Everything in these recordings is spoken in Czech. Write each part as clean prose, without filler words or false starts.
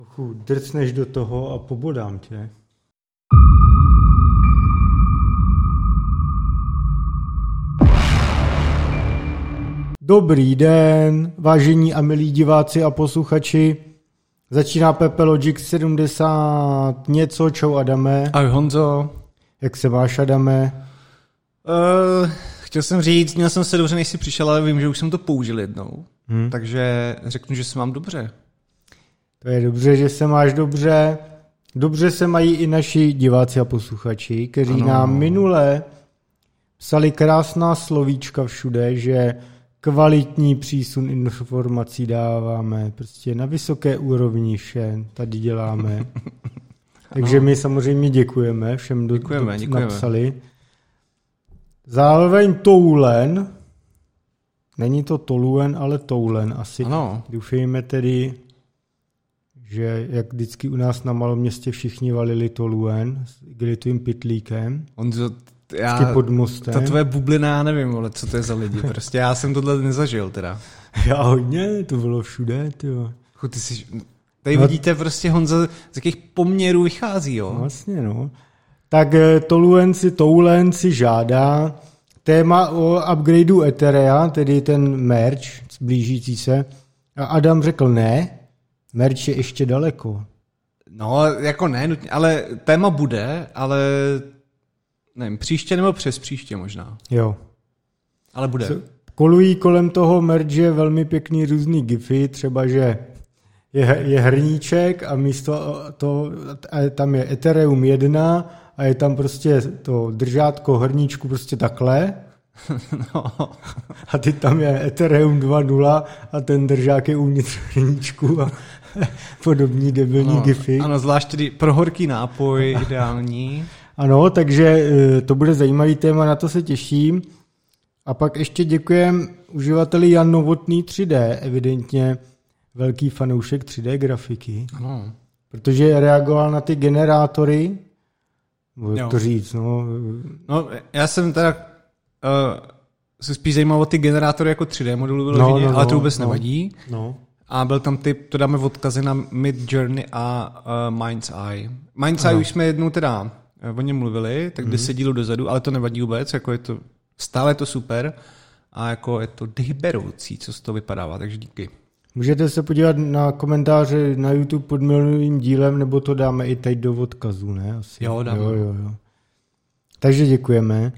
Drcneš do toho a pobodám tě. Dobrý den, vážení a milí diváci a posluchači. Začíná Pepe Logic 70 něco, čau Adame. Ahoj Honzo. Jak se máš, Adame? Chtěl jsem říct, měl jsem se dobře, než jsi přišel, ale vím, že už jsem to použil jednou. Takže řeknu, že se mám dobře. To je dobře, že se máš dobře. Dobře se mají i naši diváci a posluchači, kteří nám minule psali krásná slovíčka všude, že kvalitní přísun informací dáváme, prostě na vysoké úrovni vše tady děláme. Takže my samozřejmě děkujeme všem, kdo napsali. Zároveň Toulen, není to Toluen, ale Toulen asi. Ano. Doufejme tedy, že jak vždycky u nás na Maloměstě všichni valili Toluen s igelitovým pytlíkem. Pod mostem. Ta tvoje bublina, já nevím, ale co to je za lidi. Prostě já jsem tohle nezažil teda. Já hodně, to bylo všude. Tady vidíte prostě Honza, z jakých poměrů vychází, jo? Vlastně, no. Tak Toulen si žádá téma o upgradeu Etherea, tedy ten merge blížící se. A Adam řekl ne, merge je ještě daleko. No, jako ne, ale téma bude, ale nevím, příště nebo přes příště možná. Jo. Ale bude. Kolují kolem toho merge velmi pěkný různý gify, třeba že je hrníček a místo to tam je Ethereum 1 a je tam prostě to držátko hrníčku prostě takhle. No. A teď tam je Ethereum 2.0 a ten držák je uvnitř hrníčku a podobní debilní gify. Ano, zvlášť tedy pro horký nápoj ideální. Ano, takže to bude zajímavý téma, na to se těším. A pak ještě děkujem uživateli Jan Novotný 3D, evidentně velký fanoušek 3D grafiky. Ano. Protože reagoval na ty generátory, to říct, no. No, já jsem teda se spíš zajímal o ty generátory jako 3D modulu vyloženě, ale to vůbec nevadí. No. A byl tam typ, to dáme odkazy na Midjourney a Mind's Eye. Mind's Eye už jsme jednou teda o něm mluvili, tak 10 dílů dozadu, ale to nevadí vůbec, jako je to, stále je to super a jako je to dechberoucí, co z toho vypadává, takže díky. Můžete se podívat na komentáře na YouTube pod minulým dílem, nebo to dáme i teď do odkazu, ne? Asi. Jo, dáme. Jo. Takže děkujeme.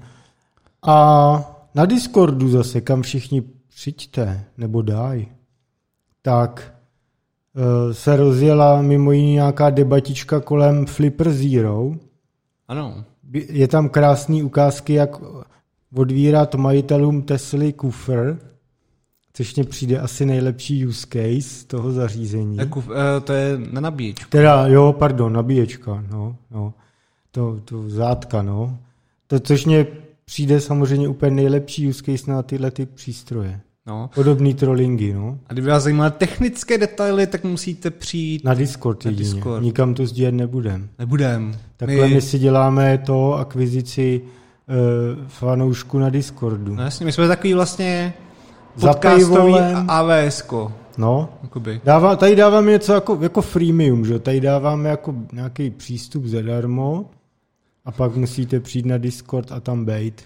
A na Discordu zase, kam všichni přijďte, nebo daj, tak se rozjela mimo jiné nějaká debatička kolem Flipper Zero. Ano. Je tam krásný ukázky, jak odvírat majitelům Tesly kufr, což mně přijde asi nejlepší use case toho zařízení. To je na nabíječku. Teda, nabíječka, no. To zátka, no. To, což mně přijde samozřejmě úplně nejlepší use case na tyhle ty přístroje. No. Podobný trollingy, no. A kdyby vás zajímaly technické detaily, tak musíte přijít na Discord jedině. Nikam to sdílet nebudem. Takhle my si děláme akvizici fanoušku na Discordu. No jasně, my jsme takový vlastně podcastový AWS-ko. No. Tady dáváme něco jako freemium, že? Tady dáváme jako nějaký přístup zadarmo a pak musíte přijít na Discord a tam bejt.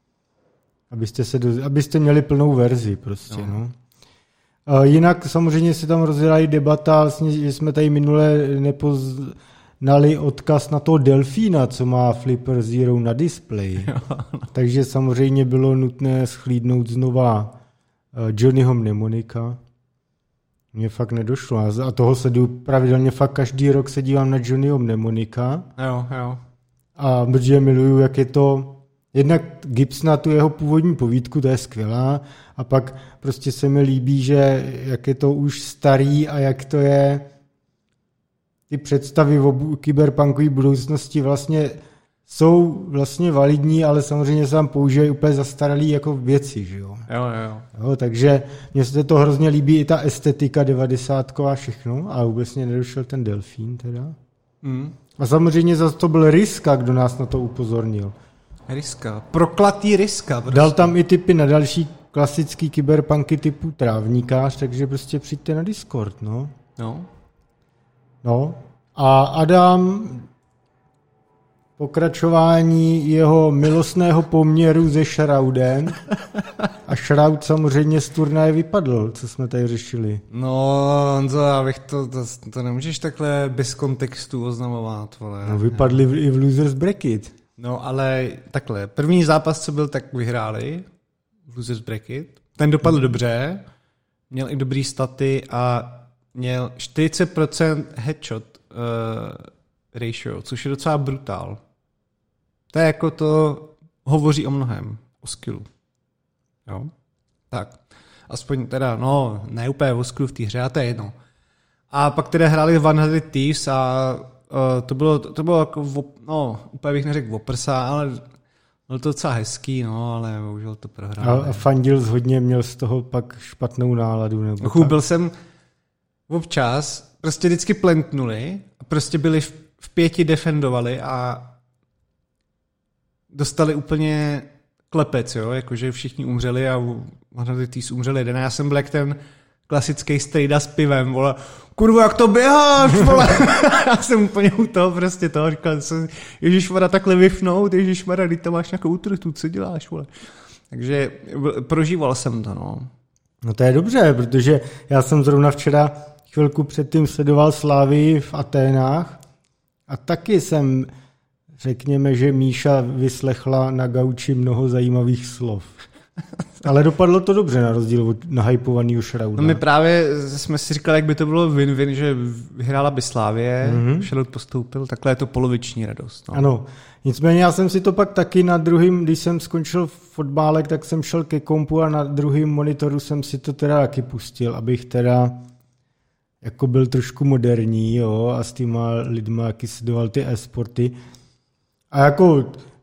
Abyste měli plnou verzi prostě, no. Jinak samozřejmě se tam rozdělají debata, vlastně, že jsme tady minule nepoznali odkaz na toho delfína, co má Flipper Zero na displeji. Takže samozřejmě bylo nutné schlídnout znova Johnnyho Mnemonika. Mně fakt nedošlo. A toho se jdu pravidelně fakt každý rok se dívám na Johnnyho Mnemonika. Jo. A protože miluju, jak je to. Jednak Gibbs na tu jeho původní povídku, to je skvělá. A pak prostě se mi líbí, že jak je to už starý a jak to je ty představy o kyberpunkové budoucnosti vlastně jsou vlastně validní, ale samozřejmě se tam používají úplně zastaralý jako věci, že jo. Jo, takže mně se to hrozně líbí i ta estetika 90 a všechno, ale vůbec mě nedošel ten delfín teda. A samozřejmě zase to byl Ryska, kdo nás na to upozornil. Ryska, proklatý Ryska. Prostě. Dal tam i tipy na další klasický kyberpunky typu trávníkář, takže prostě přijďte na Discord, no. No a Adam pokračování jeho milostného poměru se Shroudem a Shroud samozřejmě z turnaje vypadl, co jsme tady řešili. No, Honzo, abych to nemůžeš takhle bez kontextu oznamovat, vole. No, vypadli i v Losers Bracket. No, ale takhle, první zápas, co byl, tak vyhráli v Losers Bracket. Ten dopadl dobře, měl i dobrý staty a měl 40% headshot ratio, což je docela brutál. To je jako to hovoří o mnohem, o skillu. Jo? Tak. Aspoň teda, no, ne úplně o skillu v té hře, a to je jedno. A pak teda hráli 100 Thieves a to bylo jako, no, úplně bych neřekl oprsa, ale bylo to docela hezký, no, ale bohužel to prohrál. A Fandils hodně měl z toho pak špatnou náladu. Nebo byl jsem občas, prostě vždycky plentnuli a prostě byli v 5 defendovali a dostali úplně klepec, jo, jakože všichni umřeli a Thieves umřeli jeden. A já jsem byl jak ten klasický strejda s pivem, vole, kurva, jak to běháš, vole. Já jsem úplně u toho prostě toho, říkal jsem, ježišmara, takhle vyfnout, ježišmara, když tam máš nějakou útrtu, co děláš, vole. Takže prožíval jsem to, no. No to je dobře, protože já jsem zrovna včera chvilku předtím sledoval Slavii v Aténách a taky jsem, řekněme, že Míša vyslechla na gauči mnoho zajímavých slov. Ale dopadlo to dobře na rozdíl od nahypovaného Shrouda. No my právě jsme si říkali, jak by to bylo win-win, že vyhrála by Slávie, Shroud postoupil, takhle je to poloviční radost. No. Ano, nicméně já jsem si to pak taky na druhým, když jsem skončil fotbálek, tak jsem šel ke kompu a na druhém monitoru jsem si to teda taky pustil, abych teda jako byl trošku moderní, jo, a s týma lidma, jaký sledoval ty e-sporty. A jako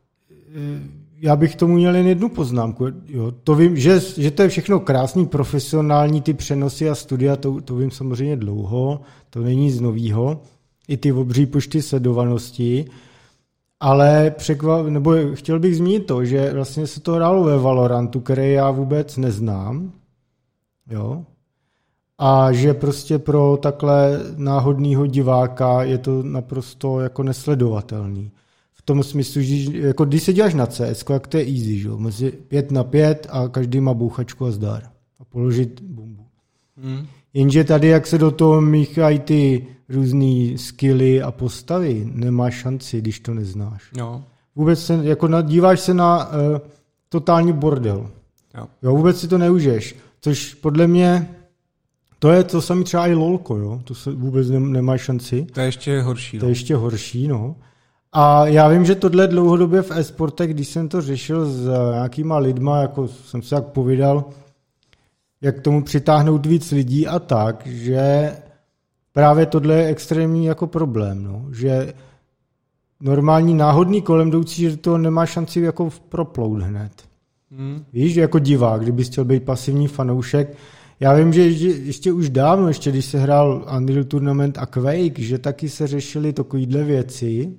já bych tomu měl jen jednu poznámku. Jo. To vím, že to je všechno krásný, profesionální, ty přenosy a studia, to vím samozřejmě dlouho, to není nic novýho. I ty obří počty sledovanosti, ale chtěl bych zmínit to, že vlastně se to hrálo ve Valorantu, který já vůbec neznám. Jo. A že prostě pro takhle náhodného diváka je to naprosto jako nesledovatelný. V tom smyslu, že jako když se děláš na CS, jak to je easy, že? Mezi 5 na 5 a každý má bouchačku a zdar. A položit bombu. Jenže tady, jak se do toho míchají ty různý skilly a postavy, nemáš šanci, když to neznáš. Jo. Vůbec se, jako díváš se na totální bordel. Jo, vůbec si to neužiješ. Což podle mě to je to samé třeba i lolko, jo? To se vůbec nemá šanci. To je ještě horší. To je ještě horší, no. A já vím, že tohle dlouhodobě v e-sportech, když jsem to řešil s nějakýma lidma, jako jsem se tak povídal, jak tomu přitáhnout víc lidí a tak, že právě tohle je extrémní jako problém, no. Že normální náhodný kolem jdoucí, že to nemá šanci jako proplout hned. Víš, že jako divák, kdybys chtěl být pasivní fanoušek. Já vím, že ještě už dávno, ještě když se hrál Unreal Tournament a Quake, že taky se řešily takovýhle věci,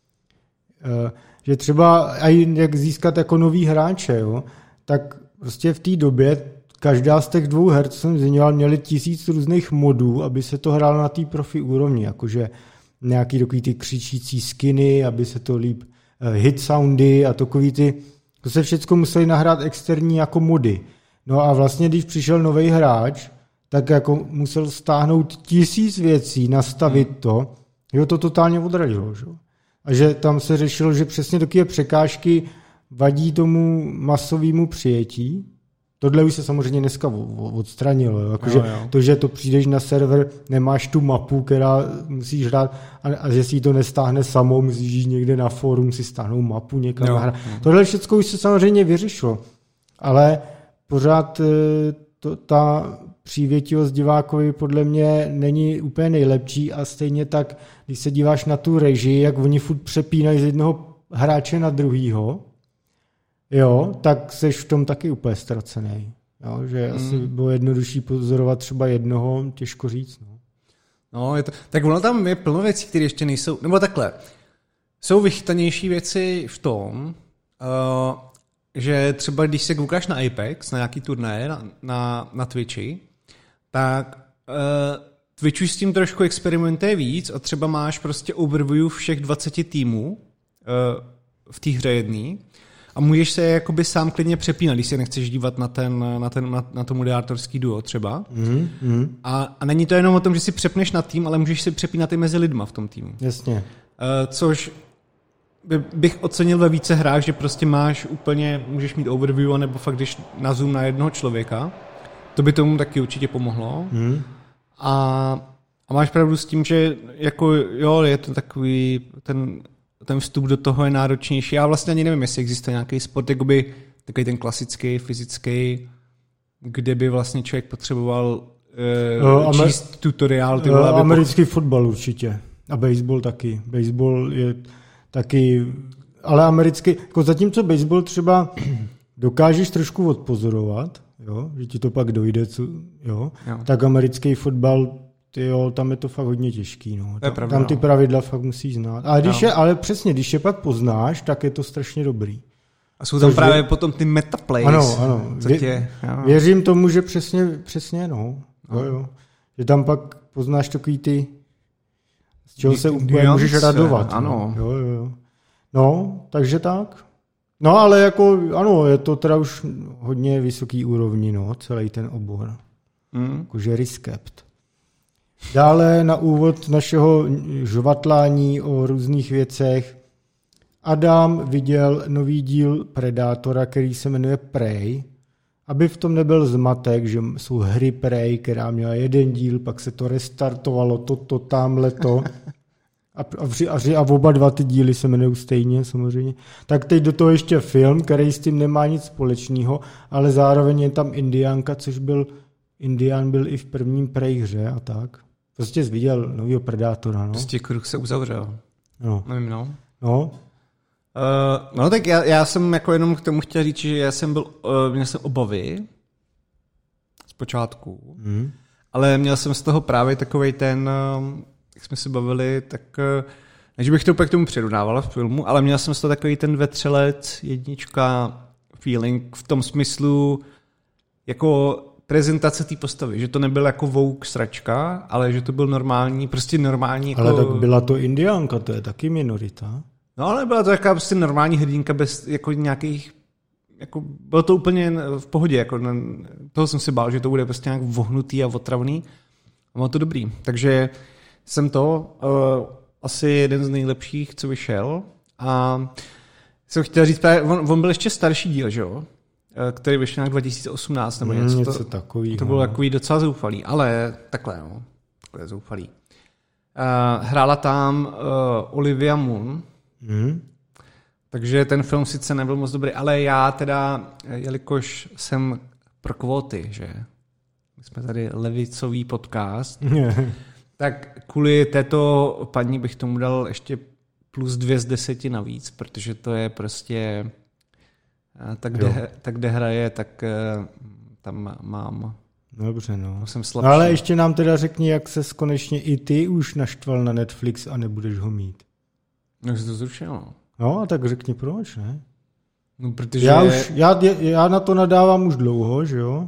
že třeba jak získat jako nový hráče, jo, tak prostě v té době každá z těch 2 her, co jsem zmiňoval, měli 1000 různých modů, aby se to hrálo na té profi úrovni, jakože nějaký takový ty křičící skiny, aby se to líp hit soundy a takový ty, to se všechno museli nahrát externí jako mody. No a vlastně, když přišel nový hráč, tak jako musel stáhnout 1000 věcí, nastavit to, jo, to totálně odradilo, že? A že tam se řešilo, že přesně takové překážky vadí tomu masovému přijetí. Tohle už se samozřejmě dneska odstranilo. Jakože to, že to přijdeš na server, nemáš tu mapu, která musíš hrát a že si to nestáhne samo, musíš jít někde na fórum, si stáhnout mapu někam nahrát. Tohle všechno už se samozřejmě vyřešilo. Ale pořád ta přívětivost divákovi podle mě není úplně nejlepší a stejně tak, když se díváš na tu režii, jak oni furt přepínají z jednoho hráče na druhýho, jo, tak seš v tom taky úplně ztracený. Jo, že asi bylo jednodušší pozorovat třeba jednoho, těžko říct. No je to, tak ono tam je plno věcí, které ještě nejsou, nebo takhle, jsou vychytanější věci v tom, že třeba když se koukáš na Apex, na nějaký turnaje, na Twitchi, tak Twitch už s tím trošku experimentuje víc a třeba máš prostě overview všech 20 týmů v té hře jedný a můžeš se jakoby sám klidně přepínat, když se nechceš dívat na to moderátorský duo třeba. A není to jenom o tom, že si přepneš na tým, ale můžeš si přepínat i mezi lidma v tom týmu. Jasně. Což bych ocenil ve více hrách, že prostě můžeš mít overview, nebo fakt když na zoom na jednoho člověka. To by tomu taky určitě pomohlo. A máš pravdu s tím, že jako jo, je to takový, ten vstup do toho je náročnější. Já vlastně ani nevím, jestli existuje nějaký sport, jakoby takový ten klasický, fyzický, kde by vlastně člověk potřeboval číst tutoriál. Americký fotbal určitě. A baseball taky. Baseball je taky, ale americký, jako zatímco baseball třeba dokážeš trošku odpozorovat, jo, že ti to pak dojde, jo. Tak americký fotbal, tam je to fakt hodně těžký. No. Tam ty pravidla fakt musíš znát. Ale přesně, když je pak poznáš, tak je to strašně dobrý. A jsou tam právě potom ty metaplays. Ano. Věřím tomu, že přesně, no. Jo. Že tam pak poznáš takový ty, z čeho se úplně můžeš radovat. Ano. No. Jo. No, takže tak. No, ale jako, ano, je to teda už hodně vysoký úrovni, no, celý ten obor. Jakože respekt. Dále na úvod našeho žvatlání o různých věcech. Adam viděl nový díl Predátora, který se jmenuje Prey. Aby v tom nebyl zmatek, že jsou hry Prey, která měla jeden díl, pak se to restartovalo, tamhleto. A oba dva ty díly se jmenují stejně, samozřejmě. Tak teď do toho ještě film, který s tím nemá nic společného, ale zároveň je tam Indiánka, což Indián byl i v prvním Prey hře a tak. Prostě jsi viděl novýho Predátora, no. Prostě kruh se uzavřel. No. Nevím, no. No. No tak já jsem jako jenom k tomu chtěl říct, že měl jsem obavy zpočátku, ale měl jsem z toho právě takovej ten, jak jsme se bavili, tak než bych to úplně k tomu přirovnával v filmu, ale měl jsem z toho takový ten vetřelec, jednička feeling v tom smyslu jako prezentace té postavy, že to nebyl jako woke sračka, ale že to byl normální, prostě normální. Ale tak byla to Indiánka, to je taky minorita. No ale byla to taková prostě normální hrdinka bez jako nějakých, jako bylo to úplně v pohodě, jako toho jsem si bál, že to bude prostě nějak vohnutý a otravný a bylo to dobrý. Takže jsem asi jeden z nejlepších, co vyšel a jsem chtěl říct, on byl ještě starší díl, že jo? Který vyšel nějak 2018 nebo něco. Něco takového. To bylo takový docela zoufalý, ale takhle zoufalý. Hrála tam Olivia Munn, takže ten film sice nebyl moc dobrý, ale já teda, jelikož jsem pro kvóty, že my jsme tady levicový podcast, tak kvůli této paní bych tomu dal ještě plus 2 z 10 navíc, protože to je prostě tak kde hraje, tak tam mám. Dobře, no. Jsem slabší. No ale ještě nám teda řekni, jak ses konečně i ty už naštval na Netflix a nebudeš ho mít. No, jsi to zrušil. No, a tak řekni proč, ne? No, protože... Já na to nadávám už dlouho, že jo?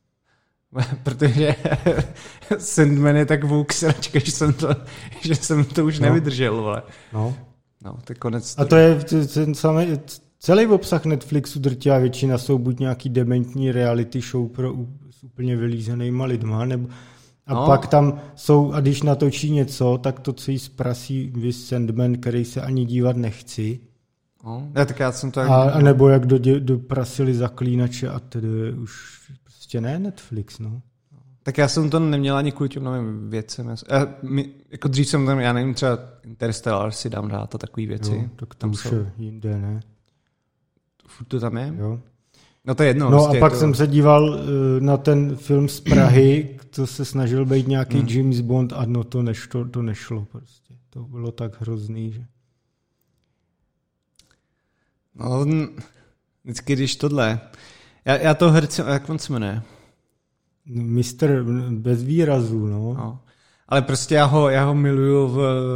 Protože Sandman je tak woke sračka, že jsem to už nevydržel, vole. No, to je konec. A to je ten samý... Celý obsah Netflixu drtivá většina jsou buď nějaký dementní reality show s úplně vylízenýma lidma, pak tam jsou, a když natočí něco, tak to, co jí zprasí Wes Sandman, který se ani dívat nechci. Tak já jsem to a nebo jak doprasili Zaklínače a tedy už prostě ne Netflix, no. Tak já jsem to neměl ani kvůli těm novým věcem. Jako dřív jsem tam, já nevím, třeba Interstellar si dám rád a takový věci. Jo, tak tam už je jinde, ne? Furt to tam je? Jo. No to je jedno. No a pak jsem se díval na ten film z Prahy, to se snažil být nějaký James Bond a no to nešlo prostě. To bylo tak hrozný, že... No, vždycky když tohle... Já to herce, jak on se jmenuje? Mistr bez výrazů, no. Ale prostě já ho miluju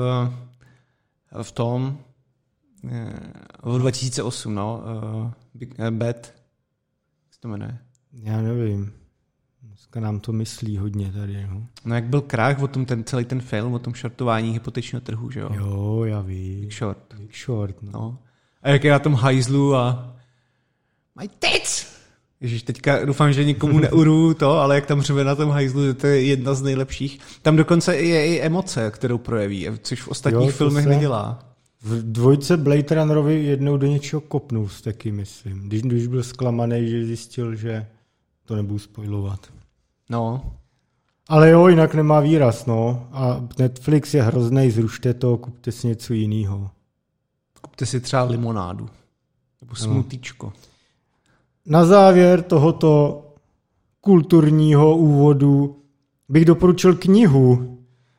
v tom... v 2008, no. Bad. Co to jmenuje? Já nevím. Dneska nám to myslí hodně tady. No jak byl krách o tom celý ten film, o tom shortování hypotečního trhu, že jo? Jo, já vím. Big Short, no. A jak je na tom hajzlu a my tits! Ježiš, teďka doufám, že nikomu neuru to, ale jak tam řve na tom hajzlu, že to je jedna z nejlepších. Tam dokonce je i emoce, kterou projeví, což v ostatních filmech nedělá. V dvojce Blade Runnerovi jednou do něčeho kopnul taky, myslím. Když byl zklamaný, že zjistil, že to nebudu spoilovat. No. Ale jo, jinak nemá výraz, no. A Netflix je hroznej, zrušte to, kupte si něco jiného. Kupte si třeba limonádu. Nebo smutíčko. No. Na závěr tohoto kulturního úvodu bych doporučil knihu.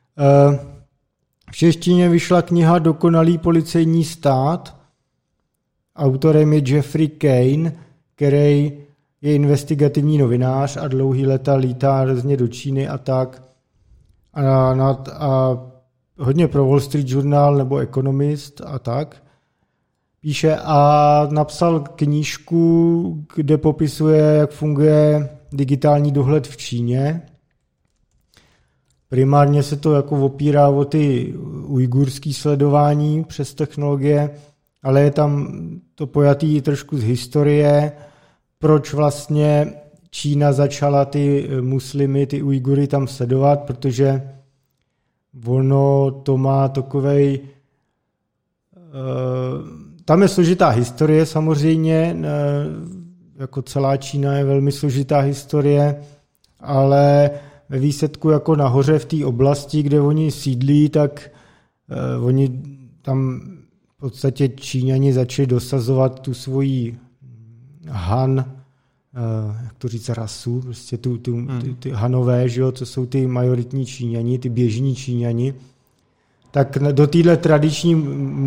V češtině vyšla kniha Dokonalý policejní stát. Autorem je Jeffrey Kane, který je investigativní novinář a dlouhý léta lítá různě do Číny a tak. A hodně pro Wall Street Journal nebo Economist a tak. Píše a napsal knížku, kde popisuje, jak funguje digitální dohled v Číně. Primárně se to jako opírá o ty ujgurský sledování přes technologie, ale je tam to pojatý trošku z historie, proč vlastně Čína začala ty muslimy, ty Ujgury tam sledovat, protože ono to má takovej... Tam je složitá historie samozřejmě, jako celá Čína je velmi složitá historie, ale ve výsledku jako nahoře v té oblasti, kde oni sídlí, tak oni tam v podstatě Číňani začali dosazovat tu svoji Han, jak to říct, rasu, prostě ty Hanové, že jo, co jsou ty majoritní Číňani, ty běžní Číňani, tak do téhle tradiční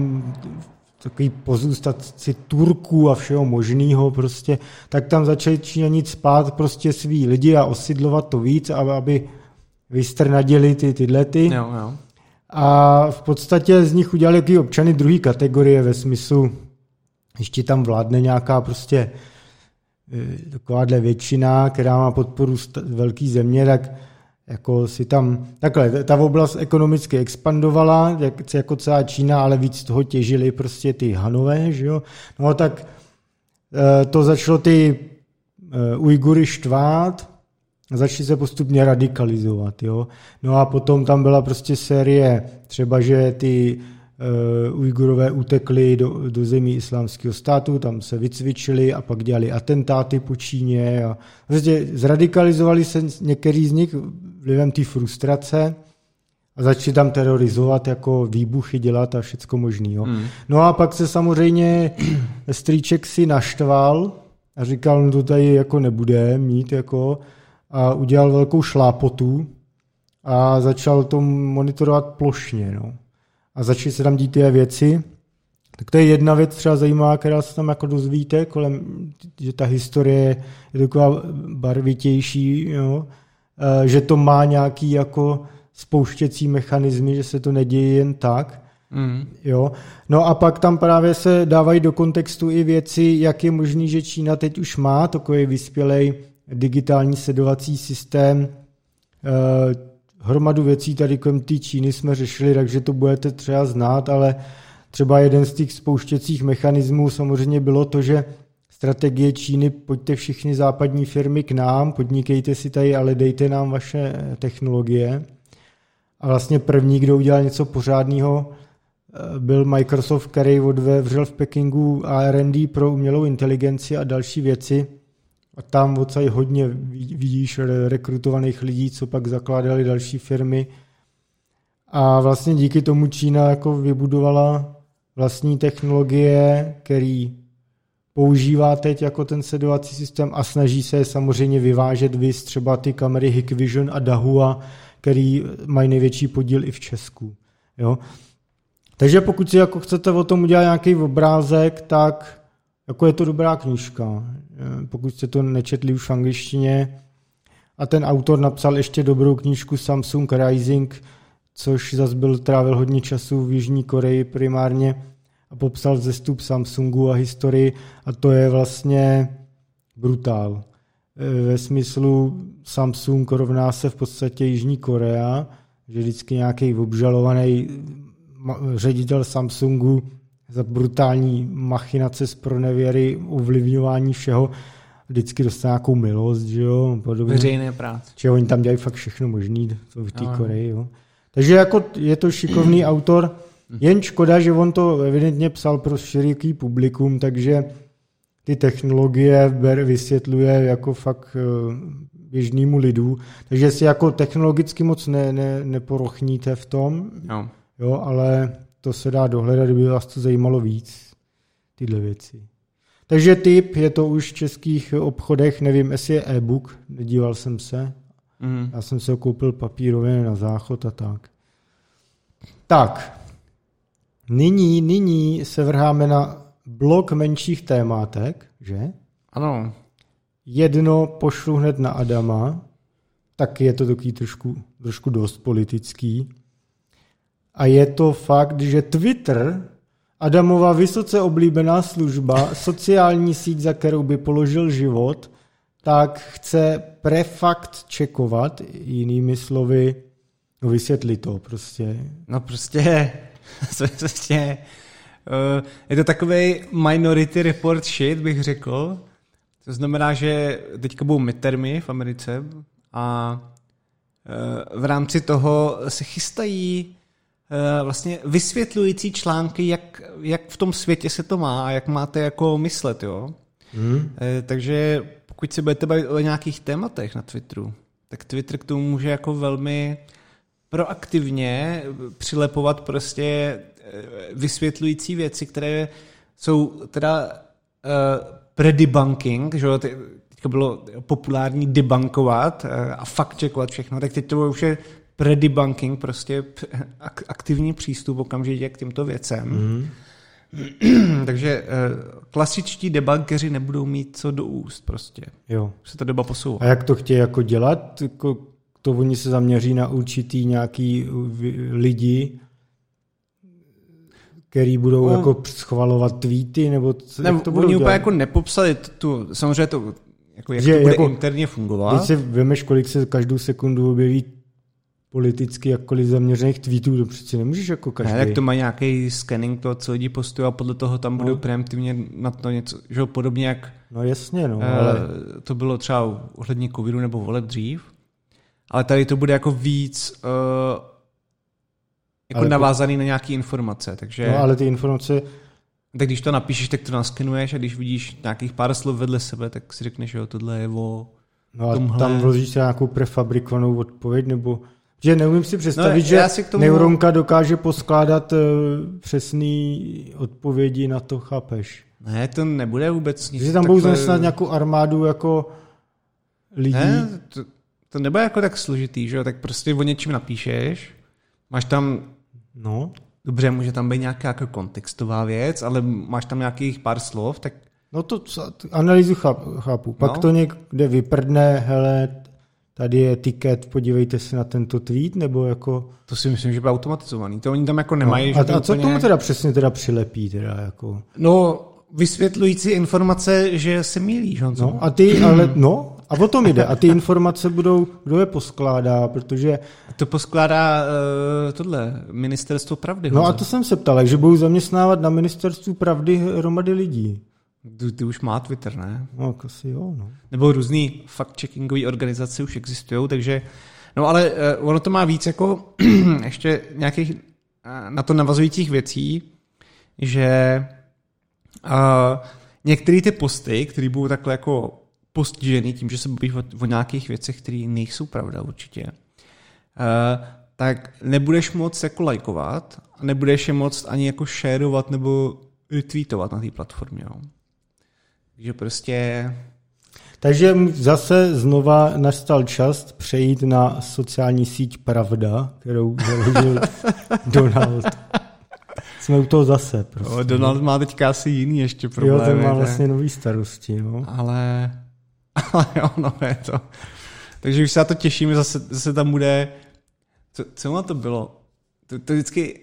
takový pozůstatci Turků a všeho možného prostě, tak tam začali Číňani cpát prostě svý lidi a osidlovat to víc, aby vystrnadili tyhle. Jo. A v podstatě z nich udělali jaký občany druhé kategorie ve smyslu, ještě tam vládne nějaká prostě takováhle většina, která má podporu velké země, tak jako si tam, takhle, ta oblast ekonomicky expandovala, jako celá Čína, ale víc toho těžili prostě ty Hanové, že jo. No tak to začalo ty Ujgury štvát, začali se postupně radikalizovat, jo. No a potom tam byla prostě série, třeba, že ty Ujgurové utekli do zemí Islámského státu, tam se vycvičili a pak dělali atentáty po Číně a prostě zradikalizovali se některý z nich vlivem té frustrace a začali tam terorizovat, jako výbuchy dělat a všecko možný. No a pak se samozřejmě strýček si naštval a říkal, no to tady jako nebude mít jako a udělal velkou šlápotu a začal to monitorovat plošně, no. A začaly se tam dít ty věci. Tak to je jedna věc třeba zajímavá, která se tam jako dozvíte, že ta historie je taková barvitější, jo? Že to má nějaký jako spouštěcí mechanismy, že se to neděje jen tak. Jo? No a pak tam právě se dávají do kontextu i věci, jak je možný, že Čína teď už má takový vyspělej digitální sledovací systém. Hromadu věcí tady kolem té Číny jsme řešili, takže to budete třeba znát, ale třeba jeden z těch spouštěcích mechanismů samozřejmě bylo to, že strategie Číny, pojďte všichni západní firmy k nám, podnikejte si tady, ale dejte nám vaše technologie. A vlastně první, kdo udělal něco pořádného, byl Microsoft, který otevřel v Pekingu R&D pro umělou inteligenci a další věci. A tam odsaď hodně vidíš rekrutovaných lidí, co pak zakládali další firmy. A vlastně díky tomu Čína jako vybudovala vlastní technologie, který používá teď jako ten sledovací systém a snaží se samozřejmě vyvážet víc třeba ty kamery Hikvision a Dahua, který mají největší podíl i v Česku. Jo? Takže pokud si jako chcete o tom udělat nějaký obrázek, tak jako je to dobrá knížka. Pokud jste to nečetli už v angličtině. A ten autor napsal ještě dobrou knížku Samsung Rising, což zase trávil hodně času v Jižní Koreji primárně a popsal vzestup Samsungu a historii a to je vlastně brutál. ve smyslu Samsung rovná se v podstatě Jižní Korea, že vždycky nějaký obžalovaný ředitel Samsungu za brutální machinace z pronevěry, ovlivňování všeho, vždycky dostane nějakou milost, že jo, podobně. Veřejné práce. Že oni tam dělají fakt všechno možný v té Koreji, jo. Takže jako je to šikovný autor, jen škoda, že on to evidentně psal pro široký publikum, takže ty technologie vysvětluje jako fakt běžnému lidu, takže si jako technologicky moc neporochníte v tom, jo, ale to se dá dohledat, kdyby vás to zajímalo víc, tyhle věci. Takže tip, je to už v českých obchodech, nevím, jestli je e-book, nedíval jsem se, já jsem se ho koupil papírově na záchod a tak. Tak, nyní se vrháme na blok menších témátek, že? Ano. Jedno pošlu hned na Adama, tak je to takový trošku dost politický. A je to fakt, že Twitter, Adamova vysoce oblíbená služba, sociální síť, za kterou by položil život, tak chce prefakt čekovat, jinými slovy, vysvětlit to prostě. No prostě je to takovej Minority Report shit, bych řekl. To znamená, že teďka budou midtermy v Americe a v rámci toho se chystají vlastně vysvětlující články, jak v tom světě se to má a jak máte jako myslet, jo. Takže pokud se budete bavit o nějakých tématech na Twitteru, tak Twitter k tomu může jako velmi proaktivně přilepovat prostě vysvětlující věci, které jsou teda predebunking, že jo, teďka bylo populární debunkovat a fact-checkovat všechno, tak teď to už je predebunking, prostě aktivní přístup okamžitě k těmto věcem. Takže klasičtí debunkeři nebudou mít co do úst prostě. Jo. Se ta doba posouvá. A jak to chtějí jako dělat? To oni se zaměří na určitý nějaký lidi, který budou jako schvalovat tweety, nebo jak to budou oni úplně jako nepopsali tu, samozřejmě to, jak to bude interně fungovat. Když si vemeš, kolik se každou sekundu objeví politicky jakkoliv zaměřených tweetů, to přeci nemůžeš jako každý. Ne, tak to má nějaký scanning toho, co lidi postují a podle toho tam budou preemptivně na to něco, že podobně jak no jasně, no, ale to bylo třeba ohledně covidu nebo voleb dřív, ale tady to bude jako víc jako navázaný na nějaký informace, takže... No, ale ty informace... Tak když to napíšeš, tak to naskenuješ a když vidíš nějakých pár slov vedle sebe, tak si řekneš, jo, tohle je o tomhle. Tam vložíš se nějakou prefabrikovanou odpověď, nebo... Že neumím si představit, že neuronka dokáže poskládat přesný odpovědi na to, chápeš? Ne, to nebude vůbec nic. Že tam budou snad nějakou armádu jako lidí. Ne, to nebude jako tak složitý, že jo? Tak prostě o něčím napíšeš, máš tam... No. Dobře, může tam být nějaká jako kontextová věc, ale máš tam nějakých pár slov, tak... No to analýzu chápu. Pak to někde vyprdne, hele... Tady je tiket, podívejte se na tento tweet, nebo jako... To si myslím, že bude automatizovaný. To oni tam jako nemají. No, a co tomu teda přesně přilepí? Teda jako? No, vysvětlující informace, že se mýlí, že? No, a ty, ale no, a o tom jde. A ty informace budou, kdo je poskládá, protože... To poskládá tohle, Ministerstvo pravdy. No a to jsem se ptal, že budou zaměstnávat na Ministerstvu pravdy hromady lidí. Ty už má Twitter, ne? No, asi jo, no. Nebo různý fact-checkingové organizace už existují, takže... No ale ono to má víc jako ještě nějakých na to navazujících věcí, že některé ty posty, které budou takhle jako postižený tím, že se baví o nějakých věcech, které nejsou pravda určitě, tak nebudeš moc jako lajkovat a nebudeš je moc ani jako shareovat nebo retweetovat na té platformě, jo. Takže prostě... Takže zase znova nastal čas přejít na sociální síť Pravda, kterou založil Donald. Jsme u toho zase. Prostě. Donald má teďka asi jiný ještě problémy. Jo, ten má vlastně nový starosti. No. Ale jo, no je to. Takže už se na to těšíme, zase tam bude... Co na to bylo? To vždycky...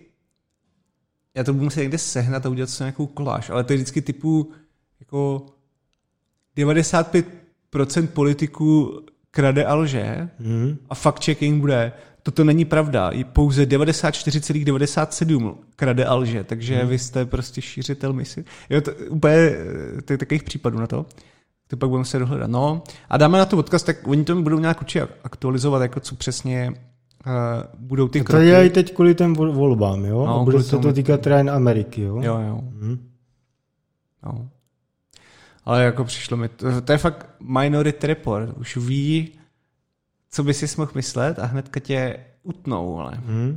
Já to budu muset někde sehnat a udělat se nějakou koláž, ale to je vždycky typu jako 95% 90% politiků krade a lže a fact-checking bude, toto není pravda, je pouze 94,97 krade a lže, takže vy jste prostě šířitel mysli. Jo, to úplně to je takových případů na to. To pak budeme se dohledat. No a dáme na to odkaz, tak oni to budou nějak určitě aktualizovat, jako co přesně budou ty kroky. To je i teď kvůli těm volbám, jo? No, a bude se to týkat třeba jen Ameriky, jo? Jo. No. Ale jako přišlo mi, to je fakt Minority Report, už ví, co by si mohl myslet a hnedka tě utnou, ale.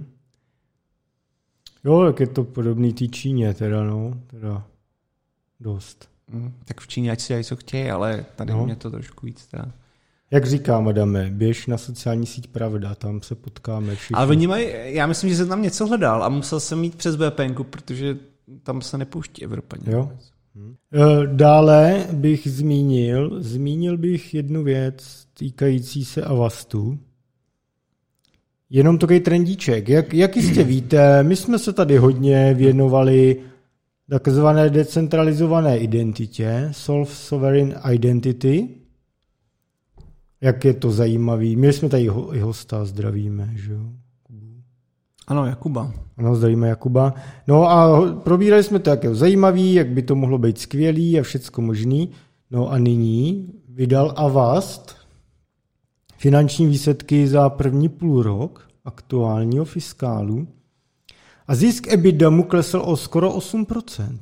Jo, tak je to podobný té Číně teda, no, teda dost. Tak v Číně ať si dají, co chtějí, ale tady mě to trošku víc teda. Jak říkám, Adame, běž na sociální síť Pravda, tam se potkáme všichni. Ale oni mají, já myslím, že jsem tam něco hledal a musel jsem jít přes VPNku, protože tam se nepouští Evropaně. Jo. Dále bych zmínil bych jednu věc týkající se Avastu. Jenom takový trendíček. Jak jistě víte, my jsme se tady hodně věnovali takzvané decentralizované identitě, Self-Sovereign Identity. Jak je to zajímavý. Měli jsme tady i hosta, zdravíme, že jo? Ano, Jakuba. Ano, zdravíme Jakuba. No a probírali jsme to, jak je zajímavý, jak by to mohlo být skvělý a všecko možný. No a nyní vydal Avast finanční výsledky za první půlrok aktuálního fiskálu a zisk EBITDA mu klesl o skoro 8%.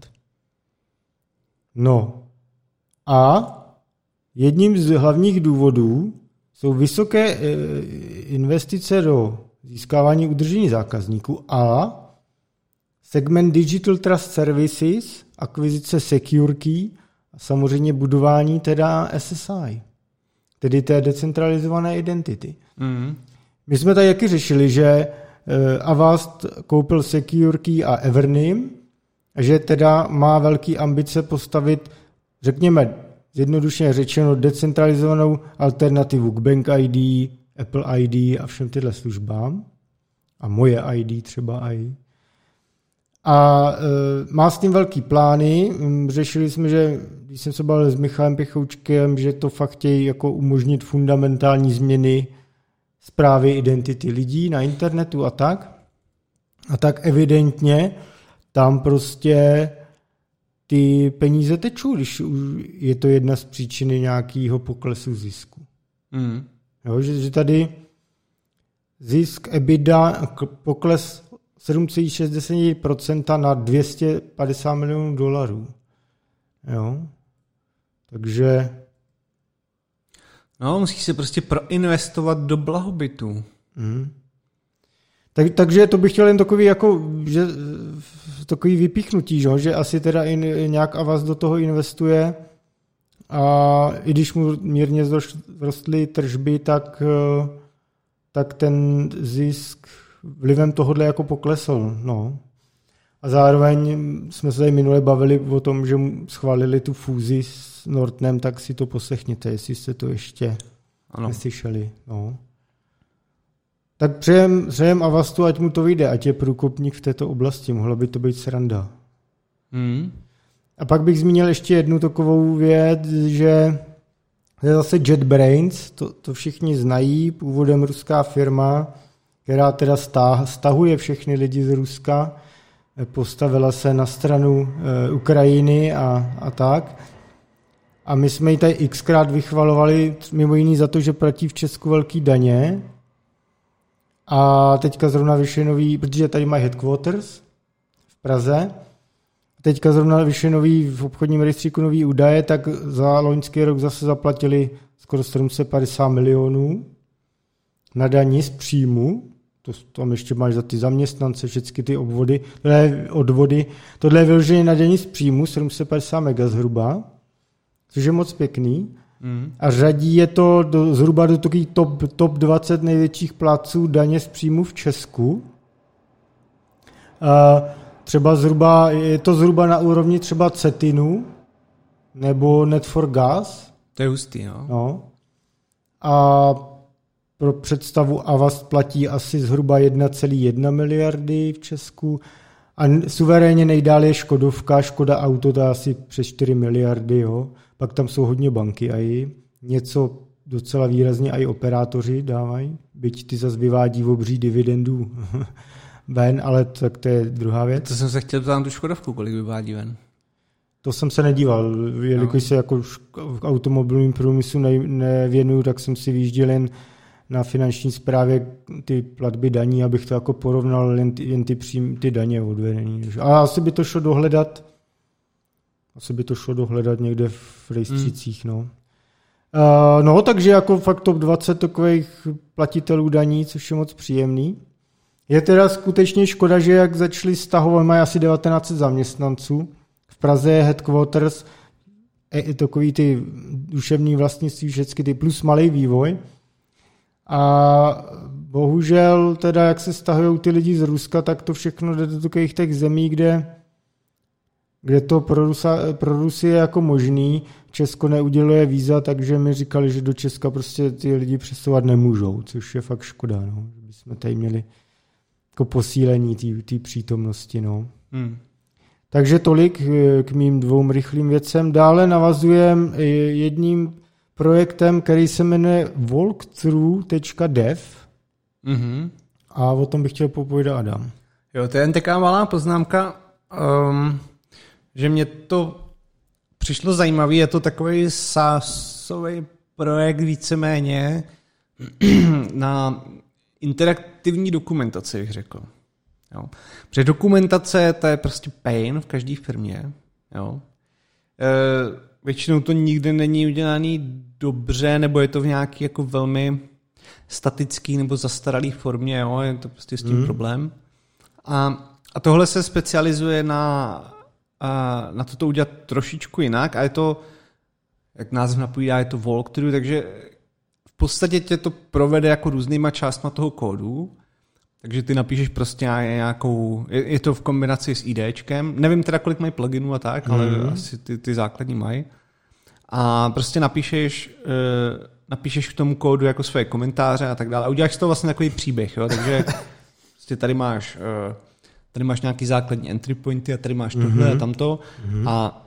No a jedním z hlavních důvodů jsou vysoké investice do získávání udržení zákazníků a segment Digital Trust Services, akvizice SecureKey a samozřejmě budování teda SSI, tedy té decentralizované identity. My jsme tady taky řešili, že Avast koupil SecureKey a Evernym a že teda má velký ambice postavit, řekněme, zjednodušeně řečeno, decentralizovanou alternativu k Bank ID, Apple ID a všem tyhle službám. A moje ID třeba i. A má s tím velký plány. Řešili jsme, že když jsem se bavil s Michalem Pěchoučkem, že to fakt chtějí jako umožnit fundamentální změny správy identity lidí na internetu a tak. A tak evidentně tam prostě ty peníze tečou, když je to jedna z příčiny nějakého poklesu zisku. Jo, že tady zisk EBITDA pokles 7,6% na $250 milionů. Jo. Takže no, musí se prostě proinvestovat do blahobytu. Takže to bych chtěl jen takový, jako, že, takový vypíchnutí, že asi teda nějak Avast do toho investuje a i když mu mírně zrostly tržby, tak ten zisk vlivem tohohle jako poklesl. No. A zároveň jsme se tady minule bavili o tom, že schválili tu fúzi s Nortnem, tak si to poslechněte, jestli jste to ještě neslyšeli. No. Tak přejem Avastu, ať mu to vyjde, ať je průkopník v této oblasti. Mohla by to být sranda. A pak bych zmínil ještě jednu takovou věc, že je zase JetBrains, to všichni znají, původem ruská firma, která teda stahuje všechny lidi z Ruska, postavila se na stranu Ukrajiny a tak. A my jsme ji tady xkrát vychvalovali, mimo jiný za to, že platí v Česku velký daně. A teďka zrovna vyšly nový, protože tady mají headquarters v Praze, teďka zrovna vyšly nový v obchodním rejstříku nový údaje, tak za loňský rok zase zaplatili skoro 750 milionů na daní z příjmu. Tam ještě máš za ty zaměstnance, všechny ty odvody. Tohle je vyloženě na daní z příjmu, 750 mega zhruba, což je moc pěkný. A řadí je to zhruba do takových top 20 největších plátců daně z příjmu v Česku. Třeba je to zhruba na úrovni třeba Cetinu nebo Net4Gas. To je hustý, no. A pro představu Avast platí asi zhruba 1,1 miliardy v Česku. A suverénně nejdále je Škodovka, Škoda Auto, to asi přes 4 miliardy, jo. Pak tam jsou hodně banky a něco docela výrazně i operátoři dávají, byť ty zase vyvádí obří dividendů ven, ale tak to je druhá věc. To jsem se chtěl ptát tu Škodovku, kolik vyvádí ven. To jsem se nedíval, jelikož se jako v automobilovém průmyslu nevěnuju, tak jsem si vyjížděl jen na finanční správě ty platby daní, abych to jako porovnal jen ty daně odvedený. A asi by to šlo dohledat někde v rejstřících, no. No, takže jako fakt top 20 takových platitelů daní, což je moc příjemný. Je teda skutečně škoda, že jak začali stahovat, mají asi 1900 zaměstnanců. V Praze je headquarters, takový ty duševní vlastnictví, všechny ty plus malý vývoj. A bohužel teda, jak se stahují ty lidi z Ruska, tak to všechno jde do takových těch zemí, kde to pro Rusy je jako možný. Česko neuděluje víza, takže mi říkali, že do Česka prostě ty lidi přesouvat nemůžou, což je fakt škoda, no. Že bychom tady měli jako posílení té přítomnosti, no. Takže tolik k mým 2 rychlým věcem. Dále navazujem jedním projektem, který se jmenuje walkthrough.dev a o tom bych chtěl popovídat Adam. Jo, to je jen taková malá poznámka, že mě to přišlo zajímavý, je to takový SaaSový projekt víceméně na interaktivní dokumentaci, bych řekl. Jo. Protože dokumentace, to je prostě pain v každé firmě. Jo. Většinou to nikdy není udělaný dobře, nebo je to v nějaký jako velmi statický nebo zastaralý formě, jo. Je to prostě s tím problém. A tohle se specializuje na to udělat trošičku jinak a je to, jak název napovídá, je to walkthrough, takže v podstatě tě to provede jako různýma částma toho kódu, takže ty napíšeš prostě nějakou, je to v kombinaci s IDčkem, nevím teda, kolik mají pluginů a tak, ale asi ty základní mají. A prostě napíšeš k tomu kódu jako své komentáře a tak dále a uděláš z toho vlastně takový příběh, jo? Takže prostě tady máš nějaký základní entry pointy a tady máš tohle a tamto a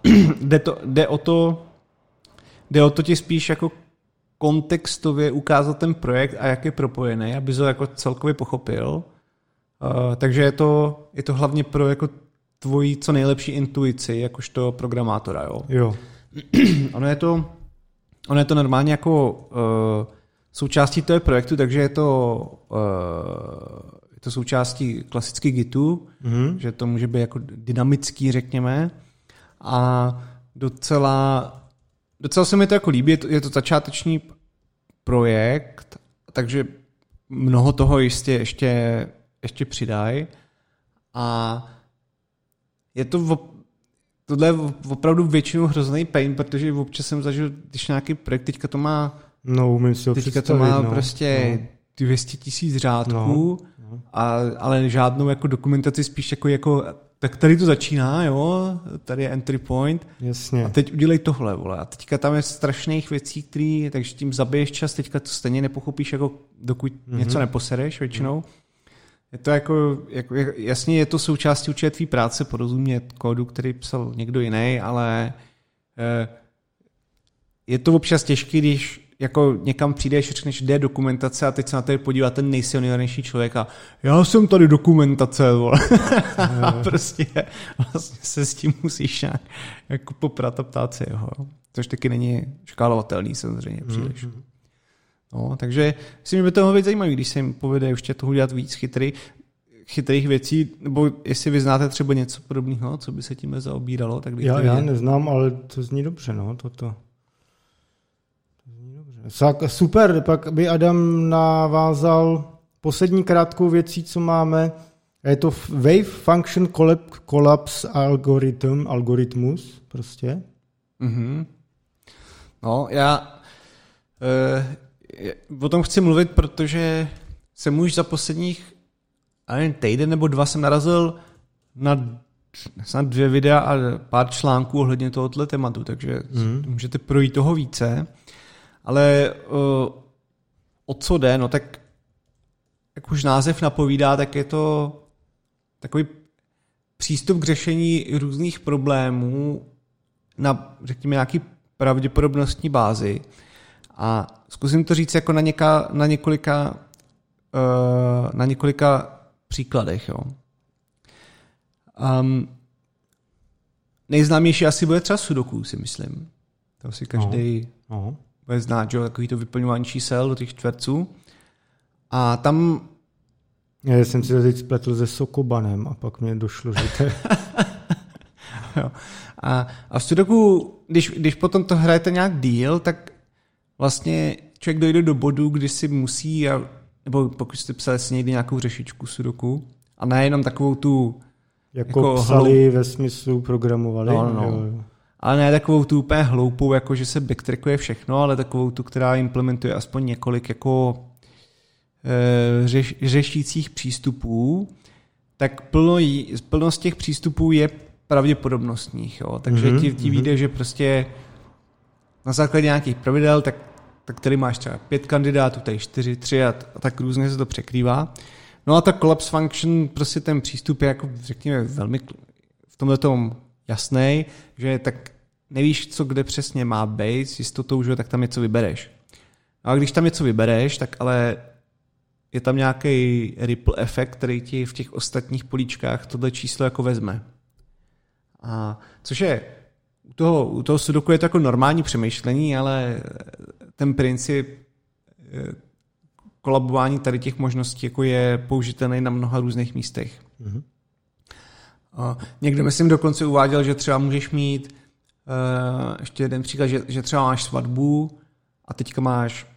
jde o to ti spíš jako kontextově ukázat ten projekt a jak je propojený, aby to jako celkově pochopil. Takže je to hlavně pro jako tvoji co nejlepší intuici, jakožto programátora. Jo. Ono je to normálně jako součástí toho projektu, takže je to součástí klasický Gitu, že to může být jako dynamický, řekněme. A docela se mi to jako líbí, je to začáteční projekt, takže mnoho toho jistě ještě přidají. A je tohle je opravdu většinou hrozný pain, protože občas jsem zažil, když nějaký projekt teďka to má prostě 200 000 řádků, ale žádnou jako dokumentaci, spíš jako tak tady to začíná, jo, tady je entry point. Jasně. A teď udělej tohle, vole. A teďka tam je strašných věcí, takže tím zabiješ čas, teďka to stejně nepochopíš, jako dokud něco neposereš většinou. Je to jako jasně je to součástí určitě tvý práce, porozumět kódu, který psal někdo jiný, ale je to občas těžký, když jako někam přijdeš, řekneš, kde je dokumentace a teď se na tady podívá ten nejsilnější člověk a já jsem tady dokumentace, vole. A prostě vlastně se s tím musíš nějak jako poprat a ptát se jeho. Což taky není škálovatelný samozřejmě příliš. No, takže myslím, že by to mohlo být zajímavé, když se jim povede ještě toho dělat víc chytrých věcí, nebo jestli vy znáte třeba něco podobného, co by se tím zaobíralo. Tak já neznám, ale to zní dobře, no, toto. Super, pak by Adam navázal poslední krátkou věcí, co máme. Je to Wave Function Collapse algoritmus prostě. No, já o tom chci mluvit, protože jsem už za posledních týden nebo 2 jsem narazil na snad 2 videa a pár článků ohledně tohoto tématu, takže můžete projít toho více. Ale o co jde, no tak jak už název napovídá, tak je to takový přístup k řešení různých problémů na, řekněme, nějaký pravděpodobnostní bázi. A zkusím to říct jako na několika příkladech. Jo. Nejznámější asi bude třeba Sudoku, si myslím. To si každý bude znát, že? Takový to vyplňování čísel do těch čtverců. A tam... Já jsem si to teď spletl se Sokobanem a pak mě došlo, že to je... Jo. A v Sudoku, když potom to hrajete nějak díl, tak vlastně člověk dojde do bodu, kdy si musí, nebo pokud jste psali si někdy nějakou řešičku Sudoku, a nejenom takovou tu... Jako psali ve smyslu programovali. No. Jo. Ale ne takovou tu úplně hloupou, jako že se backtrackuje všechno, ale takovou tu, která implementuje aspoň několik jako řešících přístupů, tak plno z těch přístupů je pravděpodobnostních. Jo? Takže ti vyjde, že prostě na základě nějakých pravidel, tak tady máš třeba 5 kandidátů, tady 4, 3 a tak různě se to překrývá. No a ta collapse function, prostě ten přístup je jako, řekněme, velmi v tomhletom jasný, že tak nevíš, co kde přesně má být, s jistotou, že tak tam něco vybereš. No a když tam něco vybereš, tak ale je tam nějaký ripple efekt, který ti v těch ostatních políčkách tohle číslo jako vezme. A což je, u toho Sudoku je to jako normální přemýšlení, ale ten princip kolabování tady těch možností jako je použitelný na mnoha různých místech. Mm-hmm. Někdo, myslím, dokonce uváděl, že třeba můžeš mít ještě jeden příklad, že třeba máš svatbu a teďka máš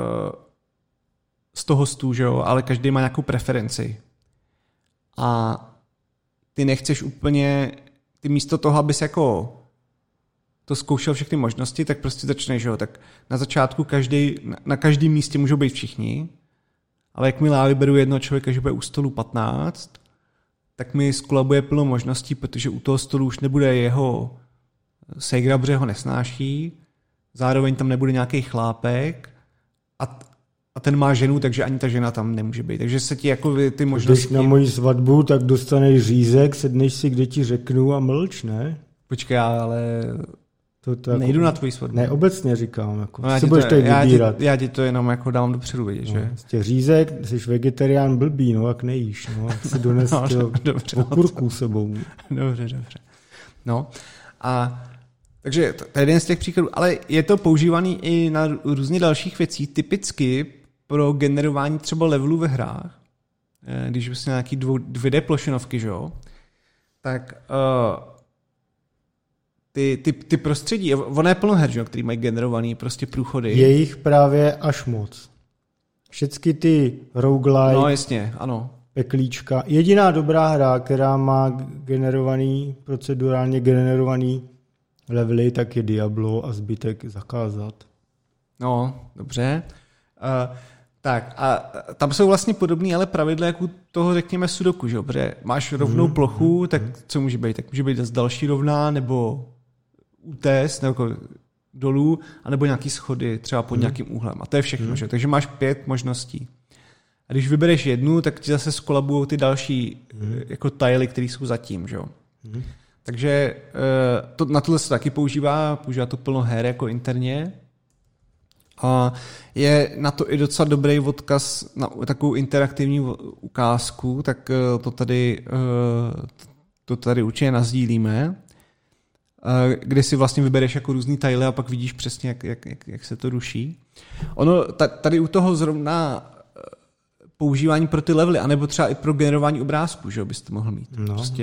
100 hostů, že jo, ale každý má nějakou preferenci. A ty nechceš úplně, ty místo toho, abys jako to zkoušel všechny možnosti, tak prostě začneš, že jo, tak na začátku na každém místě můžou být všichni, ale jakmile já vyberu jednoho člověka, že bude u stolu 15, tak mi skolabuje plno možností, protože u toho stolu už nebude jeho ségra, protože ho nesnáší, zároveň tam nebude nějaký chlápek a ten má ženu, takže ani ta žena tam nemůže být. Takže se ti jako ty možnosti... Když na moji svatbu, tak dostaneš řízek, sedneš si, kde ti řeknu a mlč, ne? Počkej, ale... To nejdu jako, na tvůj svatbu. Ne, obecně říkám. Jako, no, si budeš tady vybírat. Já ti to jenom jako dávám dopředu vidět, no, že? Jsi řízek, jsi vegetarián blbý, no, jak nejíš. No, si dones okurku sebou. Dobře. No, a takže to je jeden z těch příkladů, ale je to používaný i na různě dalších věcí, typicky pro generování třeba levelů ve hrách, když vlastně nějaký 2D plošinovky, že jo, tak ty prostředí, ono je plno her, že jo, který mají generovaný prostě průchody. Je jich právě až moc. Všechny ty roguelike, no jasně, ano. Peklíčka. Jediná dobrá hra, která má procedurálně generovaný levely, tak je Diablo a zbytek zakázat. No, dobře. Tak a tam jsou vlastně podobné, ale pravidla jako u toho, řekněme, Sudoku, že jo? Protože máš rovnou plochu, tak co může být? Tak může být další rovná, nebo útes, nebo dolů, anebo nějaký schody, třeba pod nějakým úhlem. A to je všechno, že? Takže máš 5 možností. A když vybereš jednu, tak ti zase skolabujou ty další jako tily, které jsou zatím, že jo? Takže na tohle se taky používá to plno her jako interně. A je na to i docela dobrý odkaz na takovou interaktivní ukázku, tak to tady určitě nasdílíme, kde si vlastně vybereš jako různý tile a pak vidíš přesně, jak se to ruší. Ono tady u toho zrovna používání pro ty levely, anebo třeba i pro generování obrázků, že byste mohl mít.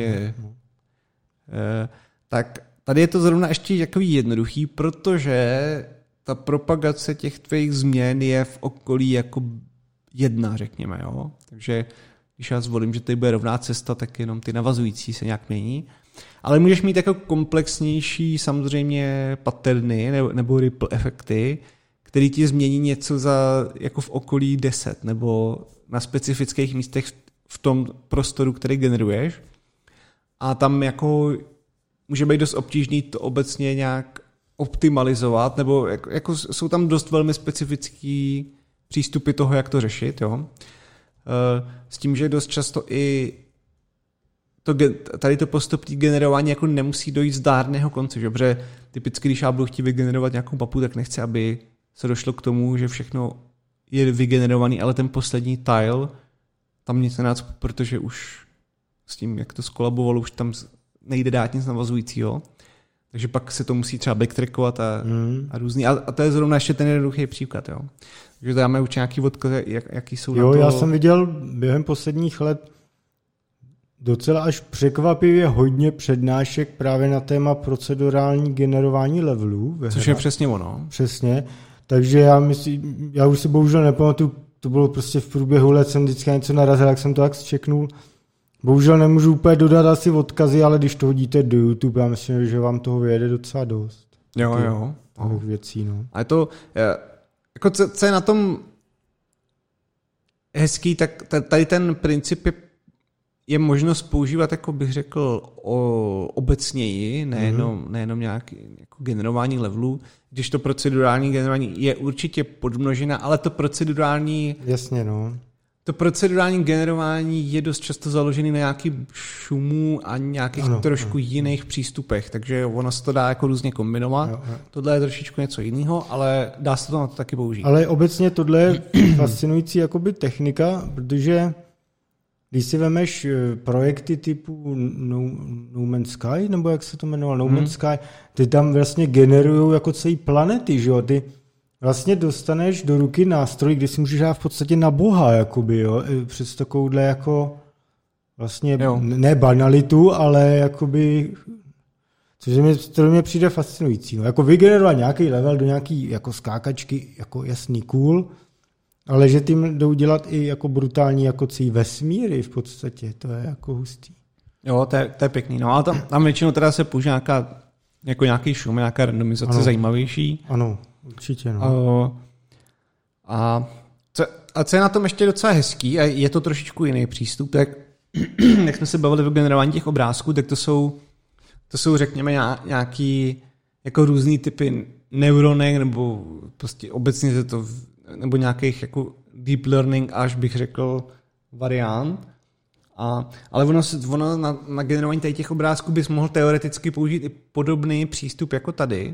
Tak tady je to zrovna ještě takový jednoduchý, protože ta propagace těch tvých změn je v okolí jako jedna, řekněme. Jo? Takže když já zvolím, že tady bude rovná cesta, tak jenom ty navazující se nějak mění. Ale můžeš mít jako komplexnější samozřejmě patterny nebo ripple efekty, který ti změní něco jako v okolí 10 nebo na specifických místech v tom prostoru, který generuješ. A tam jako může být dost obtížný to obecně nějak optimalizovat, nebo jako jsou tam dost velmi specifický přístupy toho, jak to řešit. Jo? S tím, že dost často i tady to postupné generování jako nemusí dojít z zdárného konce, že? Protože typicky, když já budu chtít vygenerovat nějakou mapu, tak nechci, aby se došlo k tomu, že všechno je vygenerovaný, ale ten poslední tile tam nic nenác, protože už s tím, jak to skolabovalo, už tam nejde dát nic navazujícího. Takže pak se to musí třeba backtrackovat a různý. A to je zrovna ještě ten jednoduchý příklad. Jo. Takže dáme určitě nějaký odkaz, jaký jsou jo, na to. Já jsem viděl během posledních let docela až překvapivě hodně přednášek právě na téma procedurální generování levelů. Což je přesně ono. Přesně. Takže já už si bohužel nepamatuju, to bylo prostě v průběhu let, jsem vždycky něco narazil, jak jsem to tak zčeknul. Bohužel nemůžu úplně dodat asi odkazy, ale když to hodíte do YouTube, já myslím, že vám toho vyjede docela dost. Jo. Věcí, no. A je to, jako co je na tom hezký, tak tady ten princip je možnost používat, jako bych řekl, obecněji, nejenom nějaký jako generování levelů, když to procedurální generování je určitě podmnožina, ale to procedurální... Jasně, no. To procedurální generování je dost často založený na nějaký šumu a nějakých trošku jiných přístupech, takže ono se to dá jako různě kombinovat. Jo. Tohle je trošičku něco jiného, ale dá se to na to taky použít. Ale obecně tohle je fascinující jakoby technika, protože když si vemeš projekty typu No Man's Sky, nebo jak se to jmenovalo, No Man's Sky, ty tam vlastně generujou jako celý planety, že jo, ty vlastně dostaneš do ruky nástroj, kde si můžeš dát v podstatě na boha, jakoby, jo, přes takovouhle jako vlastně ne banalitu, ale jakoby, což mě přijde fascinující. No. Jako vygenerovat nějaký level do nějaký jako skákačky, jako jasný cool, ale že tím jdou dělat i jako brutální jako celý vesmíry v podstatě, to je jako hustý. Jo, to je pěkný. No a tam většinou teda se použije nějaký šum, nějaká randomizace zajímavější. Ano, určitě. No. A co je na tom ještě docela hezký, a je to trošičku jiný přístup, tak jak jsme se bavili o generování těch obrázků, tak to jsou řekněme nějaký jako různý typy neuronek, nebo prostě obecně se to nebo nějakých jako deep learning, až bych řekl variant. Ale ono na generování těch obrázků bys mohl teoreticky použít i podobný přístup jako tady.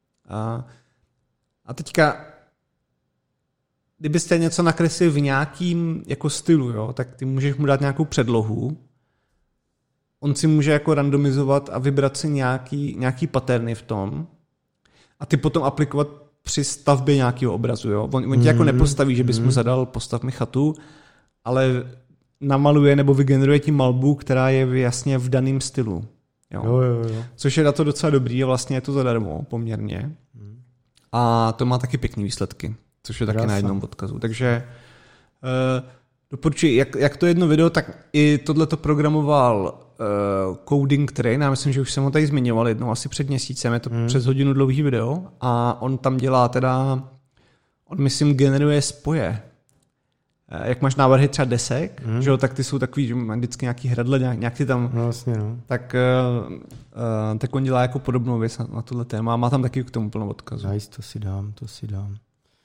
A teďka, kdybyste něco nakreslil v nějakým jako stylu, jo, tak ty můžeš mu dát nějakou předlohu. On si může jako randomizovat a vybrat si nějaký paterny v tom a ty potom aplikovat při stavbě nějakého obrazu. Jo? On ti jako nepostaví, že bys mu zadal postav mi chatu, ale namaluje nebo vygeneruje ti malbu, která je jasně v daném stylu. Jo? Jo. Což je na to docela dobrý a vlastně je to zadarmo poměrně. A to má taky pěkný výsledky, což je taky na jednom odkazu. Takže doporučuji, jak to jedno video, tak i tohleto programoval Coding Train, já myslím, že už jsem ho tady zmiňoval jednou asi před měsícem, je to přes hodinu dlouhý video a on tam dělá on myslím generuje spoje. Jak máš návrhy třeba desek, že jo, tak ty jsou takový, že má vždycky nějaký hradle, nějak ty tam, vlastně, no. tak on dělá jako podobnou věc na tohle téma a má tam taky k tomu plnou odkazu. Nice, to si dám.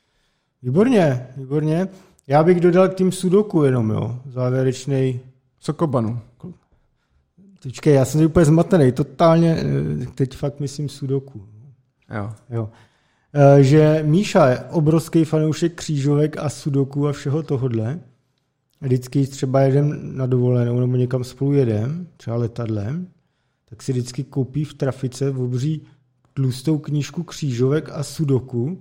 Výborně. Já bych dodal k tým sudoku jenom, jo, závěrečnej. Sokobanu. Počkej, já jsem úplně zmatený, totálně, teď fakt myslím sudoku. Jo. Že Míša je obrovský fanoušek křížovek a sudoku a všeho tohodle. Vždycky třeba jedem na dovolenou nebo někam spolu jedem, třeba letadlem, tak si vždycky koupí v trafice obří tlustou knížku křížovek a sudoku,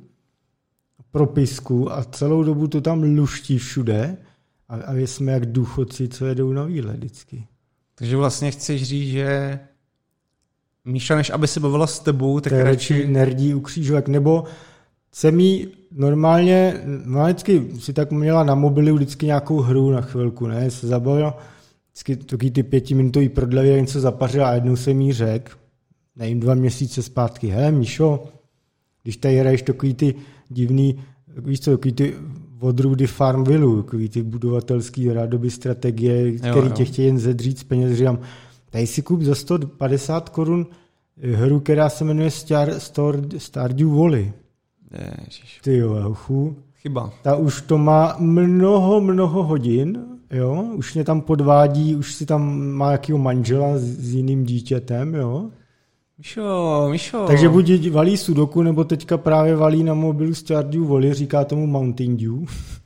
propisku a celou dobu to tam luští všude a jsme jak důchodci, co jedou na výlet vždycky. Takže vlastně chceš říct, že Míša, než aby se bavila s tebou, tak radši nerdí u křížovek, nebo jsem jí normálně vždycky si tak měla na mobilu vždycky nějakou hru na chvilku, ne, se zabavila, vždycky taky ty 5minutový prodlevy něco zapařila a jednou jsem jí řekl, nevím, 2 měsíce zpátky, hele Míšo, když tady hraješ takový ty divný, víš co, takový ty odrůdy Farmville, takový ty budovatelský rádoby strategie, který tě chtějí jen zedřít z peněz, říkám, tady si kup za 150 korun hru, která se jmenuje Stardew Valley. Ty jo, chyba. Ta už to má mnoho hodin, jo, už mě tam podvádí, už si tam má jakýho manžela s jiným dítětem, jo. Mišo. Takže buď valí sudoku, nebo teďka právě valí na mobilu Stardew Valley, říká tomu Mountain Dew.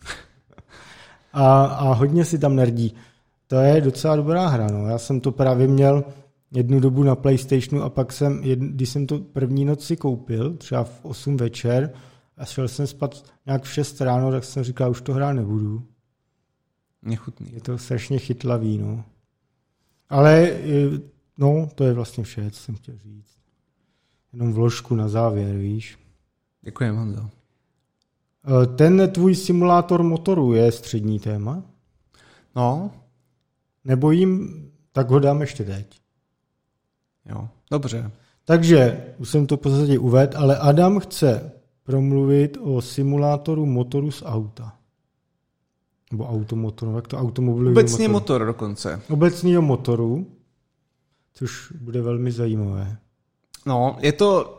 a hodně si tam nerdí. To je docela dobrá hra. No. Já jsem to právě měl jednu dobu na PlayStationu a pak když jsem to první noc si koupil, třeba v 8 večer a šel jsem spát nějak v 6 ráno, tak jsem říkal, už to hrát nebudu. Nechutný. Je to strašně chytlavý, no. Ale no, to je vlastně vše, co jsem chtěl říct. Jenom vložku na závěr, víš. Děkujem, Honzo. Ten tvůj simulátor motoru je střední téma? No. Nebo jim, tak ho dám ještě teď. Jo, dobře. Takže, už jsem to v podstatě uvedl, ale Adam chce promluvit o simulátoru motoru z auta. Nebo automotoru, jak to automobilový Obecně motor dokonce. Obecního motoru, což bude velmi zajímavé. No, je to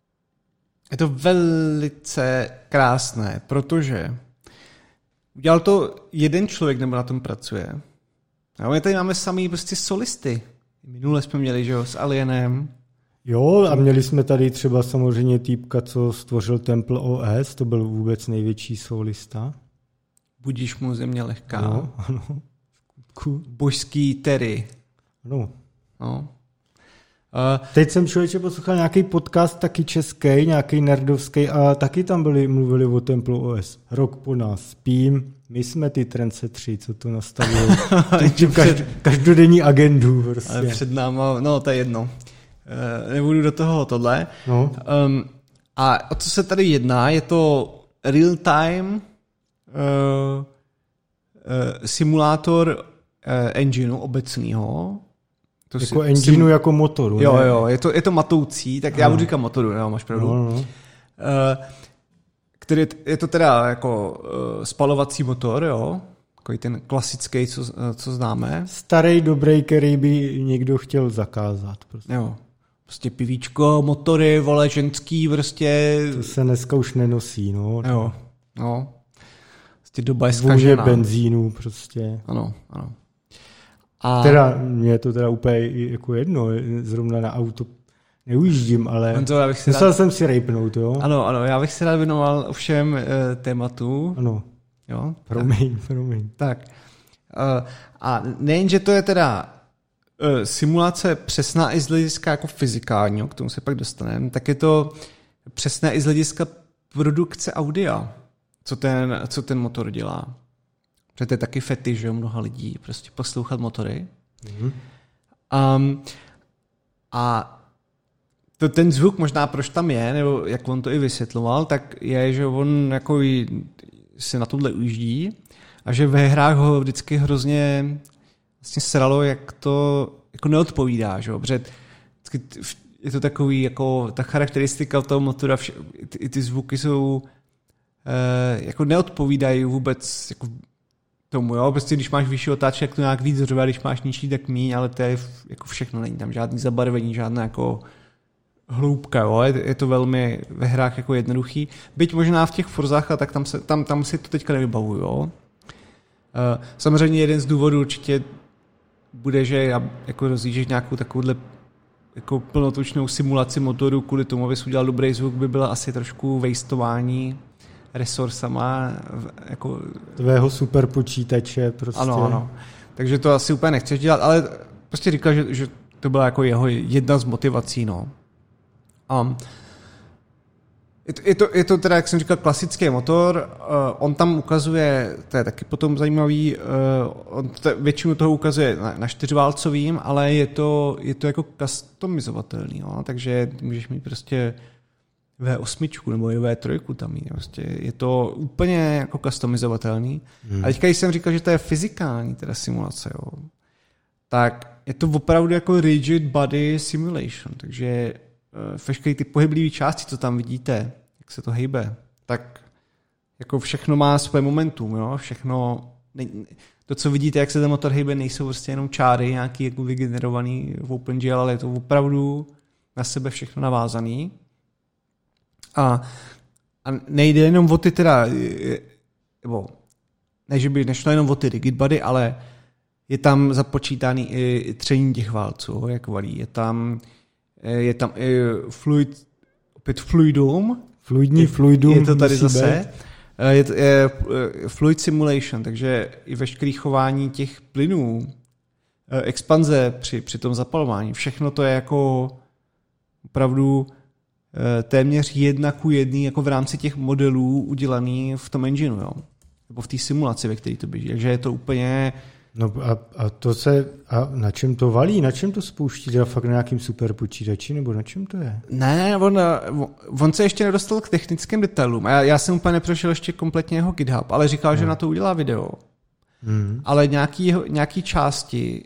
velice krásné, protože udělal to jeden člověk, nebo na tom pracuje. A my tady máme samý prostě solisty. Minule jsme měli, že jo, s Alienem. Jo, a měli jsme tady třeba samozřejmě týpka, co stvořil Temple OS, to byl vůbec největší solista. Budíš mu země lehká. No, ano. Božský Terry. Ano. No. Teď jsem člověče poslouchal nějaký podcast taky český, nějaký nerdovský a taky tam mluvili o Temple OS. Rok po nás spím, my jsme ty trendsetři, co to nastavili. Každodenní agendu. Prostě. Ale před náma, no to je jedno. Nebudu do toho tohle. No. A o co se tady jedná, je to real-time simulátor engineu obecného. Jako engineu jako motoru. Jo, je to matoucí, tak já budu říkat motoru, jo, máš pravdu. No. Který je to teda jako spalovací motor, jo, takový ten klasický, co známe. Starý, dobrý, který by někdo chtěl zakázat. Prostě. Jo, prostě pivíčko, motory, vole, ženský, prostě. To se dneska už nenosí, no. Jo, no. Prostě doba je zkažená. Vůně benzínu, prostě. Ano. Teda, mě je to teda úplně jako jedno, zrovna na auto neujíždím, ale musel jsem si rejpnout, jo? Ano, já bych se rád věnoval všem tématu. Ano, jo? Promiň. Tak. A nejen, že to je teda simulace přesná i z hlediska jako fyzikálního, k tomu se pak dostaneme, tak je to přesné i z hlediska produkce audia, co ten motor dělá. Protože to je taky fetiš, že mnoha lidí prostě poslouchat motory. Mm-hmm. A ten zvuk možná proč tam je, nebo jak on to i vysvětloval, tak je, že on jako si na tomhle ujíždí a že ve hrách ho vždycky hrozně vlastně sralo, jak to jako neodpovídá, že jo? Protože je to takový, jako ta charakteristika toho motora, i ty zvuky jsou jako neodpovídají vůbec jako tomu, jo, prostě když máš vyšší otáček, tak to nějak víc řve, když máš nižší, tak míň, ale to je jako všechno, není tam žádný zabarvení, žádná jako hloubka, jo, je to velmi ve hrách jako jednoduchý, byť možná v těch Forzách, tak tam si to teďka nevybavuju, jo. Samozřejmě jeden z důvodů určitě bude, že jako rozjížděš nějakou takovouhle jako plnotučnou simulaci motoru, kvůli tomu, abys udělal dobrý zvuk, by byla asi trošku wastování resursama jako tvého super počítače prostě. Ano. Takže to asi úplně nechceš dělat, ale prostě říkal, že to byla jako jeho jedna z motivací, no. Je to teda, jak jsem říkal, klasický motor, on tam ukazuje, to je taky potom zajímavý, on většinu toho ukazuje na čtyřválcovým, ale je to jako customizovatelný, no, takže můžeš mít prostě V8 nebo i V3 tam mít, prostě je to úplně jako customizovatelný. A teďka, když jsem říkal, že to je fyzikální teda simulace, jo, tak je to opravdu jako rigid body simulation, takže veškeré ty pohyblivé části, co tam vidíte, jak se to hejbe, tak jako všechno má své momentum, jo? Všechno, to, co vidíte, jak se ten motor hejbe, nejsou prostě jenom čáry nějaký jako vygenerovaný v OpenGL, ale je to opravdu na sebe všechno navázaný. A nejde jenom o ty teda, nebo ne, že by nešlo jenom o ty rigid body, ale je tam započítaný i tření těch válců, jak valí. Je tam je tam i Fluidum. Fluidum. Je to tady zase. Je Fluid Simulation, takže i veškeré chování těch plynů, expanze při tom zapalování, všechno to je jako opravdu téměř 1:1 jako v rámci těch modelů udělaný v tom engineu, jo? Nebo v té simulaci, ve které to běží. Takže je to úplně... No a na čem to valí? Na čem to spouští? Teda fakt na nějakým super počítači? Nebo na čem to je? Ne, on se ještě nedostal k technickým detailům. Já jsem úplně neprošel ještě kompletně jeho GitHub, ale říkal, že na to udělá video. Ale nějaký části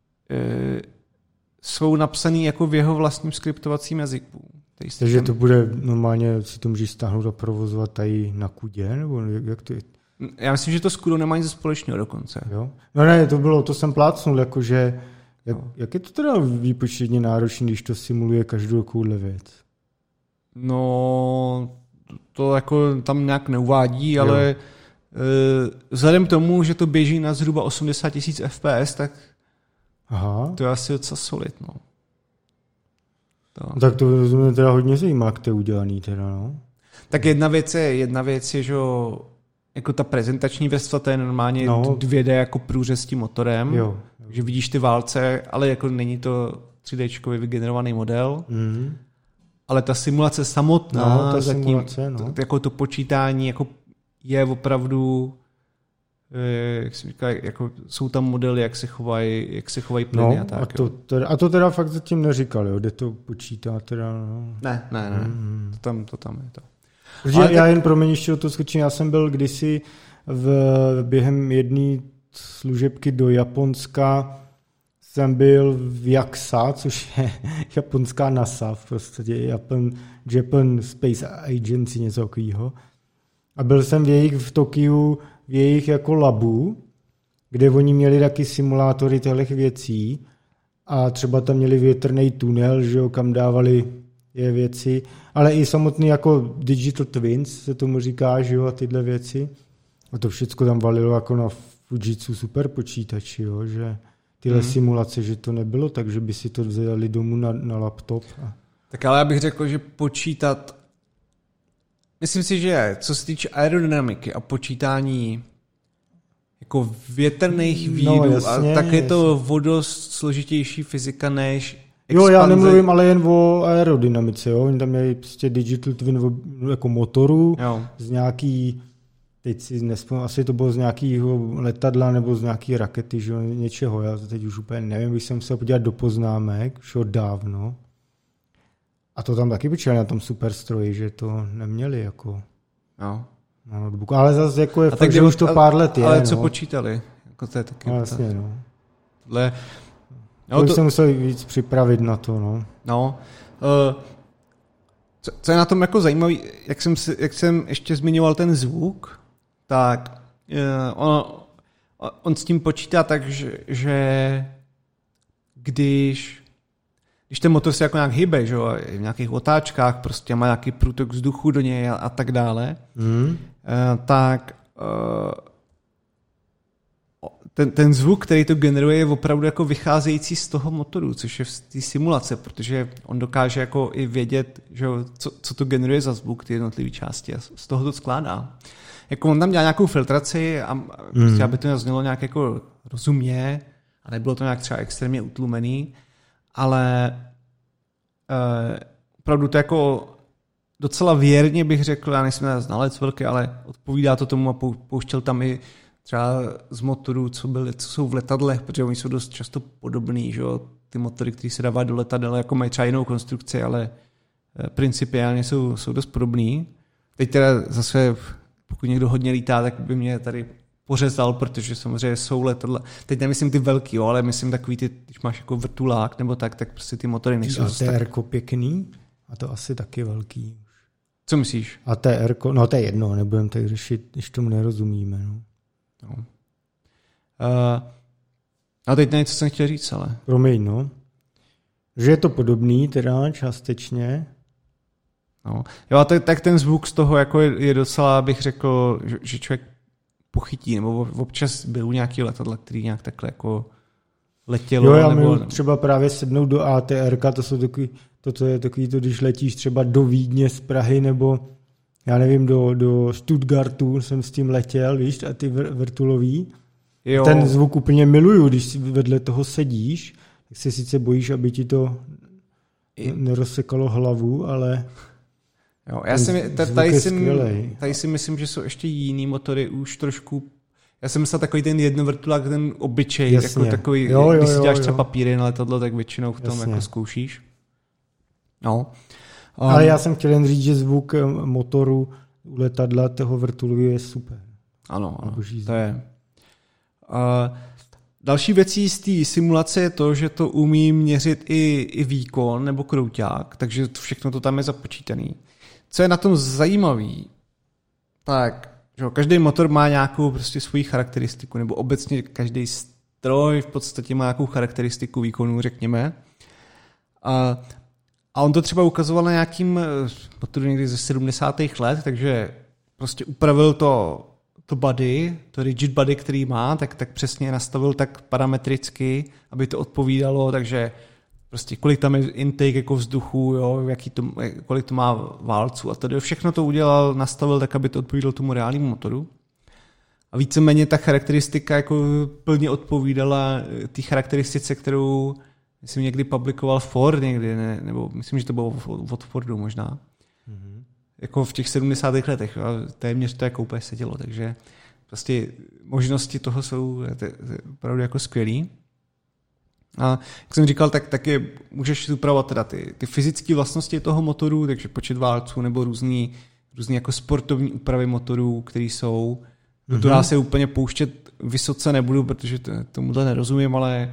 jsou napsané jako v jeho vlastním skriptovacím jazyku. Takže to bude normálně, si to můžeš stáhnout a provozovat tady na kudě? Nebo jak to je? Já myslím, že to s kudou nemá nic společného dokonce. Jo? No ne, to jsem plácnul, jakože jak je to teda výpočetně náročné, když to simuluje každou takovouhle věc? No, to jako tam nějak neuvádí, ale vzhledem k tomu, že to běží na zhruba 80 000 FPS, tak to je asi docela solid, no. Tak to mě teda hodně zajímá, jak to je udělaný teda, no. Tak jedna věc je, že jako ta prezentační vrstva, to je normálně 2D jako průřez s tím motorem, že vidíš ty válce, ale jako není to 3Dčkově vygenerovaný model, ale ta simulace samotná, jako to počítání jako je opravdu, jak jsem říkal, jako jsou tam modely, jak se chovají plyny a tak. A to teda fakt zatím neříkal, jo, kde to počítá teda. No. Ne. To tam je to. Já jen promiň, ještě o to skočím. Já jsem byl kdysi během jedné služebky do Japonska, jsem byl v JAXA, což je japonská NASA, v podstatě Japan Space Agency, něco takového. A byl jsem v Tokiu, v jejich jako labu, kde oni měli taky simulátory těchto věcí a třeba tam měli větrný tunel, že jo, kam dávali je věci, ale i samotný jako digital twins se tomu říká, že jo, a tyhle věci. A to všechno tam valilo jako na Fujitsu super počítači, jo, že tyhle simulace, že to nebylo tak, že by si to vzali domů na laptop. Tak ale já bych řekl, že počítat, myslím si, že co se týče aerodynamiky a počítání jako větrných výdů, tak je to vodost složitější fyzika než expanze. Jo, já nemluvím ale jen o aerodynamice, jo. Oni tam měli prostě digital twin jako motoru z nějaký, teď si nespomínám, asi to bylo z nějakého letadla nebo z nějaké rakety, že jo, něčeho. Já teď už úplně nevím, bych se musel podívat do poznámek, už dávno. A to tam taky počítali na tom superstroji, že to neměli jako na notebooku. Ale zase jako je fakt, že už to pár let je. Ale co počítali? Jako to je taky vlastně, no. To už jsem musel víc připravit na to, no. Co je na tom jako zajímavý, jak jsem ještě zmiňoval ten zvuk, tak on s tím počítá tak, že když ten motor se jako nějak hybe, že jo, v nějakých otáčkách prostě má nějaký průtok vzduchu do něj a tak dále, tak ten zvuk, který to generuje, je opravdu jako vycházející z toho motoru, což je z té simulace, protože on dokáže jako i vědět, že co to generuje za zvuk, ty jednotlivé části a z toho to skládá. Jako on tam dělá nějakou filtraci a prostě, aby to neznělo nějak jako rozumně a nebylo to nějak třeba extrémně utlumený, ale opravdu to jako docela věrně bych řekl, já nejsem znalec velký, ale odpovídá to tomu a pouštěl tam i třeba z motorů, co jsou v letadlech, protože oni jsou dost často podobný, že jo? Ty motory, které se dávají do letadel, jako mají třeba jinou konstrukci, ale principiálně jsou dost podobný. Teď teda zase, pokud někdo hodně lítá, tak by mě tady pořezal, protože samozřejmě jsou letadla. Teď nemyslím ty velký, jo, ale myslím takový ty, když máš jako vrtulák nebo tak prostě ty motory nejsou. ATR-ko pěkný? A to asi taky velký. Co myslíš? ATR-ko, no to je jedno, nebudem tak řešit, když tomu nerozumíme. No. A teď něco jsem chtěl říct, ale... Promiň, no. Že je to podobný, teda částečně. No. Jo, tak ten zvuk z toho jako je docela, bych řekl, že člověk pochytí, nebo občas byl nějaký letadla, který nějak takhle jako letělo. Jo, já nebo třeba právě sednout do ATR, to je takový to, když letíš třeba do Vídně z Prahy, nebo já nevím, do Stuttgartu jsem s tím letěl, víš, a ty vrtulový. Jo. Ten zvuk úplně miluju, když si vedle toho sedíš, tak se sice bojíš, aby ti to nerozsekalo hlavu, ale jo, tady si myslím, že jsou ještě jiný motory už trošku. Já jsem myslel takový ten jednovrtulák, ten obyčej, jako takový, když si děláš třeba papíry na letadlo, tak většinou v tom jako zkoušíš. No. Ale já jsem chtěl jen říct, že zvuk motoru u letadla toho vrtulu je super. Ano, to je. Další věcí z té simulace je to, že to umí měřit i výkon nebo krouťák, takže všechno to tam je započítaný. Co je na tom zajímavý, tak že každý motor má nějakou prostě svoji charakteristiku, nebo obecně každý stroj v podstatě má nějakou charakteristiku výkonu, řekněme. A on to třeba ukazoval na nějakým motoru někdy ze 70. let, takže prostě upravil to body, to rigid body, který má, tak přesně nastavil tak parametricky, aby to odpovídalo, takže prostě kolik tam je intake jako vzduchu, jo, kolik to má válců a tedy všechno to udělal, nastavil tak, aby to odpovídalo tomu reálnému motoru. A víceméně ta charakteristika jako plně odpovídala té charakteristice, kterou myslím někdy publikoval Ford někdy, nebo myslím, že to bylo od Fordu možná. Mm-hmm. Jako v těch 70. letech. A téměř to jako úplně sedělo, takže prostě možnosti toho jsou opravdu jako skvělý. A jak jsem říkal, tak můžeš upravovat teda ty fyzické vlastnosti toho motoru, takže počet válců nebo různý jako sportovní úpravy motorů, které jsou. Do toho já se úplně pouštět vysoce nebudu, protože tomuhle nerozumím, ale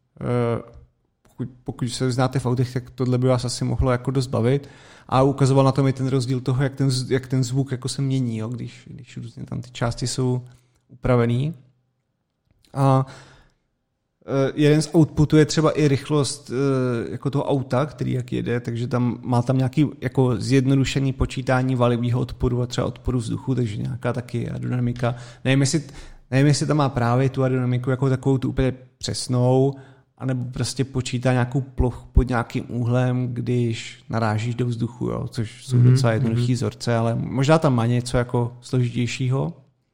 pokud se znáte v autech, tak tohle by vás asi mohlo jako dost bavit. A ukazoval na tom i ten rozdíl toho, jak ten zvuk jako se mění, jo, když různě tam ty části jsou upravený. A jeden z outputů je třeba i rychlost jako toho auta, který jak jede, takže má tam nějaký jako zjednodušený počítání valivého odporu a třeba odporu vzduchu, takže nějaká taky aerodynamika. Nevím, jestli tam má právě tu aerodynamiku jako takovou tu úplně přesnou, anebo prostě počítá nějakou plochu pod nějakým úhlem, když narážíš do vzduchu, jo, což jsou docela jednoduchý vzorce, ale možná tam má něco jako složitějšího.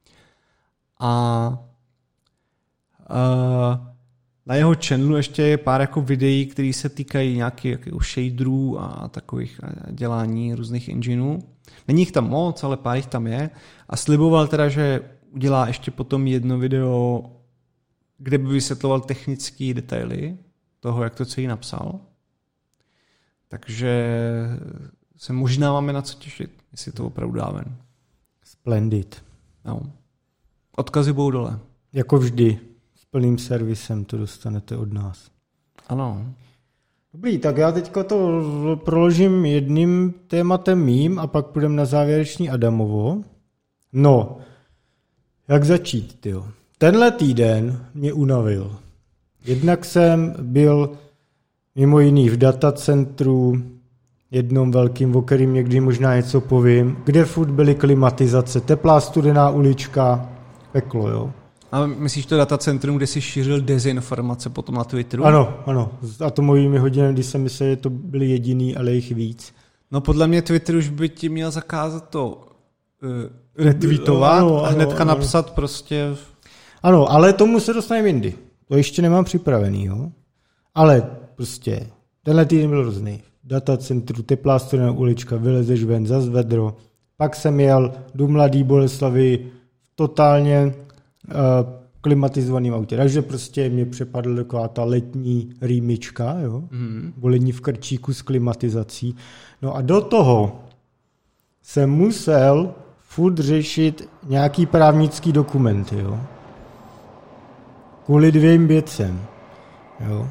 Na jeho channelu ještě je pár jako videí, které se týkají nějakých jako shaderů a takových dělání různých engineů. Není jich tam moc, ale pár jich tam je. A sliboval teda, že udělá ještě potom jedno video, kde by vysvětloval technické detaily toho, jak to celý napsal. Takže se možná máme na co těšit, jestli to opravdu dá ven. Splendid. No. Odkazy budou dole. Jako vždy. S plným servisem to dostanete od nás. Ano. Dobrý, tak já teďka to proložím jedním tématem mým a pak půjdeme na závěreční Adamovo. No, jak začít, tyjo? Tenhle týden mě unavil. Jednak jsem byl mimo jiný v datacentru, jednom velkým, o kterým někdy možná něco povím, kde furt byly klimatizace, teplá studená ulička, peklo, jo. A myslíš to datacentrum, kde jsi šířil dezinformace potom na Twitteru? Ano. S atomovými hodinami, když jsem myslel, že to byly jediný, ale jich víc. No podle mě Twitter už by ti měl zakázat to retweetovat a hnedka napsat prostě... Ano, ale tomu se dostaneme jindy. To ještě nemám připravený, jo. Ale prostě tenhle týden byl hrozný. Datacentru, teplá studená ulička, vylezeš ven, zas vedro. Pak jsem jel do Mladý Boleslavi totálně klimatizovaným autě. Takže prostě mě přepadla taková ta letní rýmička, jo. Bolení v krčíku s klimatizací. No a do toho jsem musel furt řešit nějaký právnický dokumenty, jo. Kvůli dvěm věcem. Jo.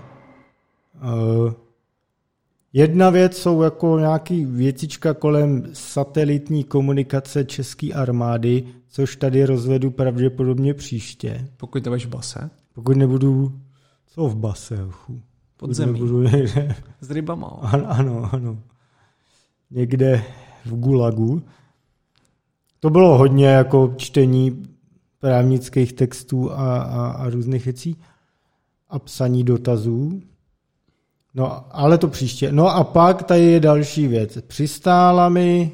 Jedna věc jsou jako nějaký věcička kolem satelitní komunikace české armády, což tady rozvedu pravděpodobně příště. Pokud to budeš v base? Pokud nebudu... Co v base? Pod zemí. S rybama. Ano. Někde v gulagu. To bylo hodně jako čtení právnických textů a různých věcí. a psaní dotazů. No, ale to příště. No a pak tady je další věc. Přistála mi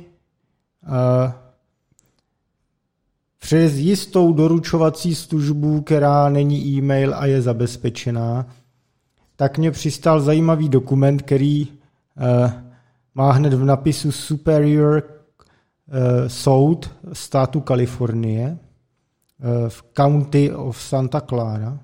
přes jistou doručovací službu, která není e-mail a je zabezpečená, tak mě přistál zajímavý dokument, který má hned v napisu Superior Soud státu Kalifornie v County of Santa Clara,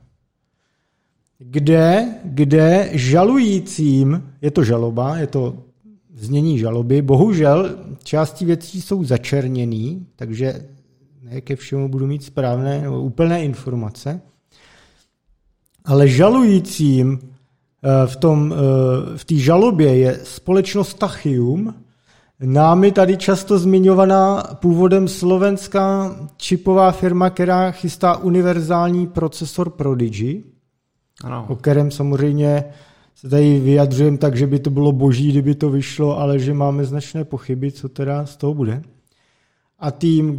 kde žalujícím, je to žaloba, je to znění žaloby, bohužel části věcí jsou začerněný, takže ne ke všemu budu mít správné nebo úplné informace, ale žalujícím v té žalobě je společnost Tachyon, námi tady často zmiňovaná původem slovenská čipová firma, která chystá univerzální procesor Prodigy, ano. O kterém samozřejmě se tady vyjadřujeme tak, že by to bylo boží, kdyby to vyšlo, ale že máme značné pochyby, co teda z toho bude. A tým,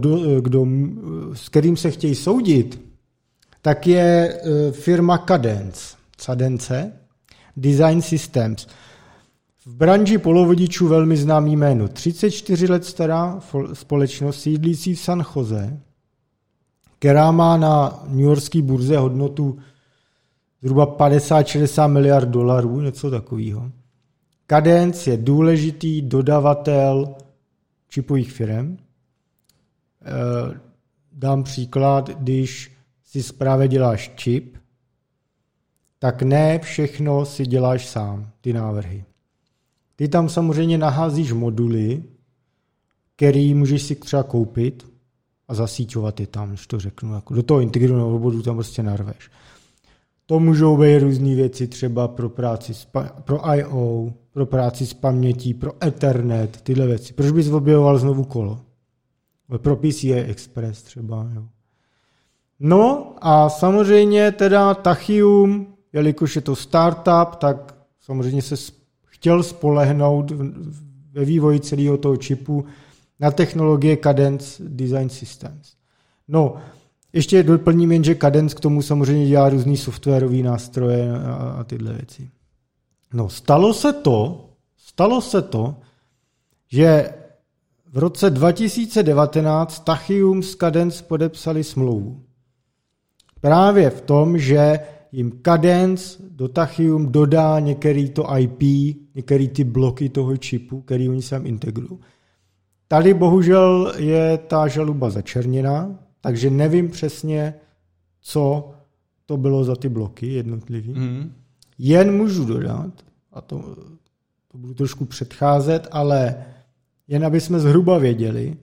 s kterým se chtějí soudit, tak je firma Cadence Design Systems. V branži polovodičů velmi známý jméno. 34 let stará společnost sídlící v San Jose, která má na newyorské burze hodnotu zhruba 50-60 miliard dolarů, něco takového. Cadence je důležitý dodavatel čipových firem. Dám příklad, když si správně děláš čip, tak ne všechno si děláš sám, ty návrhy. Ty tam samozřejmě naházíš moduly, který můžeš si třeba koupit a zasíťovat je tam, když to řeknu. Jako do toho integrovaného obodu tam prostě narveš. To můžou být různé věci třeba pro práci, pro I.O., pro práci s pamětí, pro Ethernet, tyhle věci. Proč bys objevoval znovu kolo? Pro PCI Express třeba. Jo. No a samozřejmě teda Tachyon, jelikož je to startup, tak samozřejmě se chtěl spolehnout ve vývoji celého toho čipu na technologie Cadence Design Systems. No, ještě doplním jen, že Cadence k tomu samozřejmě dělá různý softwarové nástroje a tyhle věci. No, stalo se to, že v roce 2019 Tachyon s Cadence podepsali smlouvu. Právě v tom, že jim Cadence do Tachyon dodá některý to IP, některý ty bloky toho čipu, který oni sem integrují. Tady bohužel je ta žaloba začerněná, takže nevím přesně, co to bylo za ty bloky jednotlivý. Jen můžu dodat, a to budu trošku předcházet, ale jen aby jsme zhruba věděli,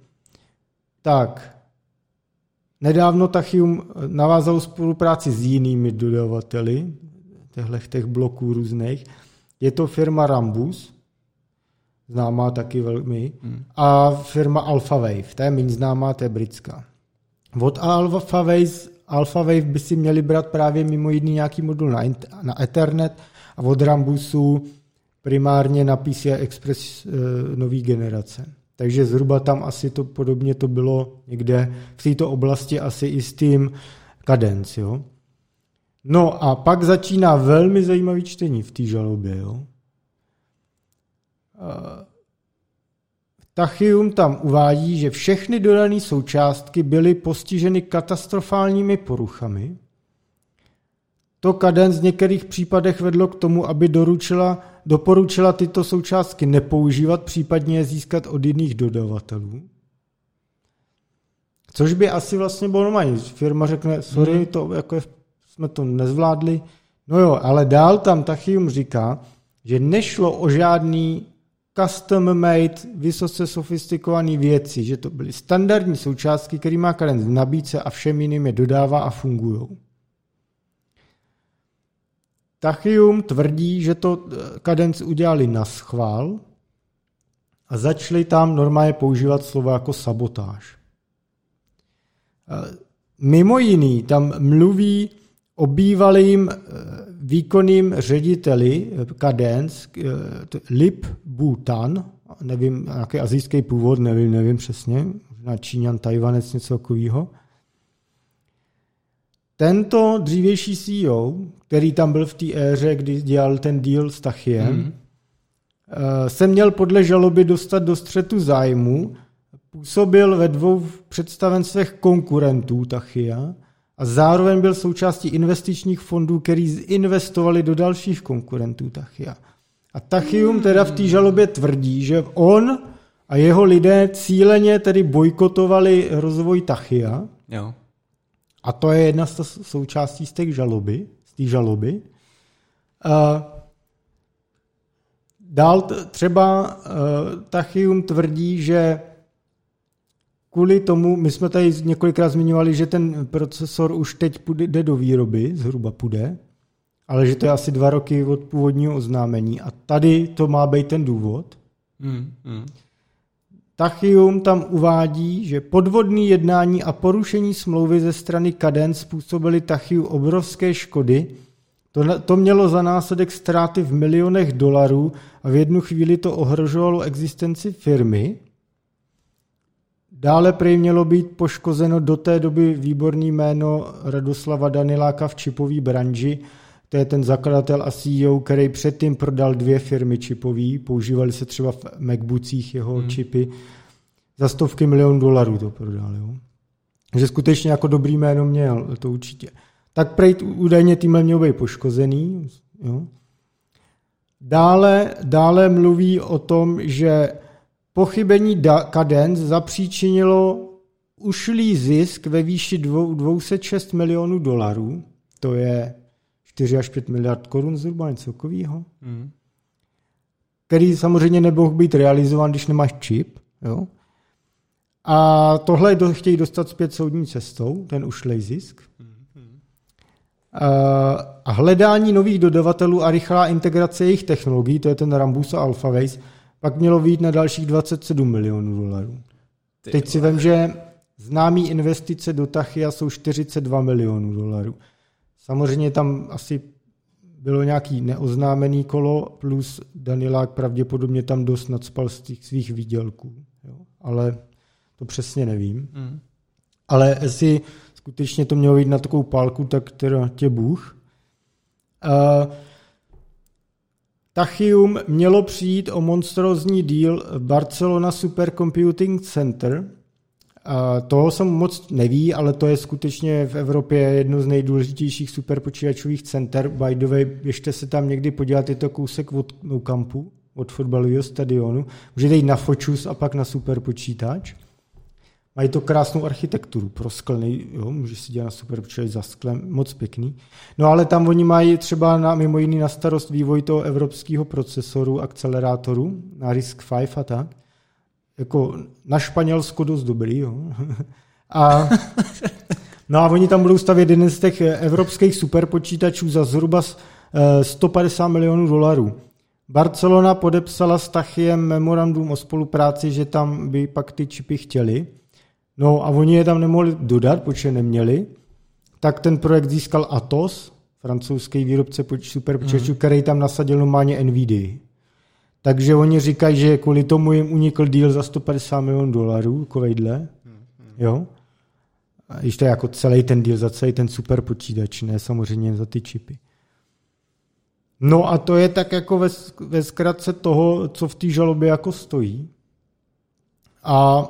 tak nedávno Tachyon navázal spolupráci s jinými dodavateli těch bloků různých. Je to firma Rambus, známá taky velmi, a firma Alphawave, ta je méně známá, to je britská. Od Alphawave by si měli brát právě mimo jiný nějaký modul na Ethernet a od Rambusu primárně na PCI Express nový generace. Takže zhruba tam asi to podobně to bylo někde v této oblasti asi i s tím Cadence. Jo? No a pak začíná velmi zajímavý čtení v té žalobě. Jo? Tachyon tam uvádí, že všechny dodané součástky byly postiženy katastrofálními poruchami. To Cadence v některých případech vedlo k tomu, aby doporučila tyto součástky nepoužívat, případně je získat od jiných dodavatelů. Což by asi vlastně bylo normální. Firma řekne, sorry, to jako jsme to nezvládli. No jo, ale dál tam Tachyon říká, že nešlo o žádný custom-made, vysoce sofistikované věci, že to byly standardní součástky, které má Cadence v nabídce a všem jiným je dodává a fungují. Tachyon tvrdí, že to Cadence udělali naschvál a začali tam normálně používat slovo jako sabotáž. Mimo jiný tam mluví o bývalým výkonným řediteli Cadence, Lip Bhutan, nevím, nějaký asijský původ, nevím přesně, možná Číňan, Tajvanec, něco takového. tento dřívější CEO, který tam byl v té éře, kdy dělal ten deal s Tachiem, se měl podle žaloby dostat do střetu zájmu, působil ve 2 představenstvech konkurentů Tachia a zároveň byl součástí investičních fondů, který investovali do dalších konkurentů Tachia. A Tachium teda v té žalobě tvrdí, že on a jeho lidé cíleně tedy bojkotovali rozvoj Tachia. Jo. A to je jedna z součástí z té žaloby. Dál třeba Tachium tvrdí, že kvůli tomu, my jsme tady několikrát zmiňovali, že ten procesor už teď jde do výroby, zhruba půjde, ale že to je asi 2 roky od původního oznámení a tady to má být ten důvod. Tachium tam uvádí, že podvodný jednání a porušení smlouvy ze strany Cadence způsobily Tachiu obrovské škody. To mělo za následek ztráty v milionech dolarů a v jednu chvíli to ohrožovalo existenci firmy. Dále prý mělo být poškozeno do té doby výborný jméno Radoslava Daniláka v čipové branži. To je ten zakladatel a CEO, který předtím prodal 2 firmy čipové. Používali se třeba v MacBookích jeho čipy. Za $100 milionů to prodal. Jo. Takže skutečně jako dobrý jméno měl, to určitě. Tak prej údajně tímhle měl být poškozený. Jo. Dále mluví o tom, že pochybení Cadence zapříčinilo ušlý zisk ve výši $206 milionů. To je 4 až 5 miliard korun zhruba, něco takového. Který samozřejmě nemohl být realizován, když nemáš čip. Jo? A tohle chtějí dostat zpět soudní cestou, ten ušlej zisk. A hledání nových dodavatelů a rychlá integrace jejich technologií, to je ten Rambus a Alphaways, pak mělo vyjít na dalších $27 milionů. Teď si vem, že známý investice do Tachia jsou $42 milionů. Samozřejmě tam asi bylo nějaký neoznámený kolo, plus Danilák pravděpodobně tam dost nadspal z těch svých výdělků. Jo? Ale to přesně nevím. Ale jestli skutečně to mělo jít na takovou pálku, tak teda tě Bůh. Tachium mělo přijít o monstrózní deal Barcelona Supercomputing Center. Toho jsem moc neví, ale to je skutečně v Evropě jedno z nejdůležitějších superpočítačových center. By the way, běžte se tam někdy podívat, je to kousek od Nou Campu, od fotbalového stadionu. Můžete jít na Fočus a pak na superpočítač. Mají to krásnou architekturu, prosklený, jo, můžeš si dělat na superpočítač za sklem, moc pěkný. No ale tam oni mají třeba mimo jiný na starost vývoj toho evropského procesoru, akcelerátoru, na RISC-V a tak. Jako na Španělsko dost dobrý, jo. No a oni tam budou stavět jeden z těch evropských superpočítačů za zhruba $150 milionů. Barcelona podepsala s Tachiem memorandum o spolupráci, že tam by pak ty čipy chtěli. No a oni je tam nemohli dodat, protože neměli. Tak ten projekt získal Atos, francouzský výrobce superpočítačů, který tam nasadil normálně NVIDIA. Takže oni říkají, že kvůli tomu jim unikl deal za $150 milionů, takovejhle. Jo? A když to je jako celý ten deal za celý ten superpočítač, ne samozřejmě za ty čipy. No a to je tak jako ve zkratce toho, co v té žalobě jako stojí. A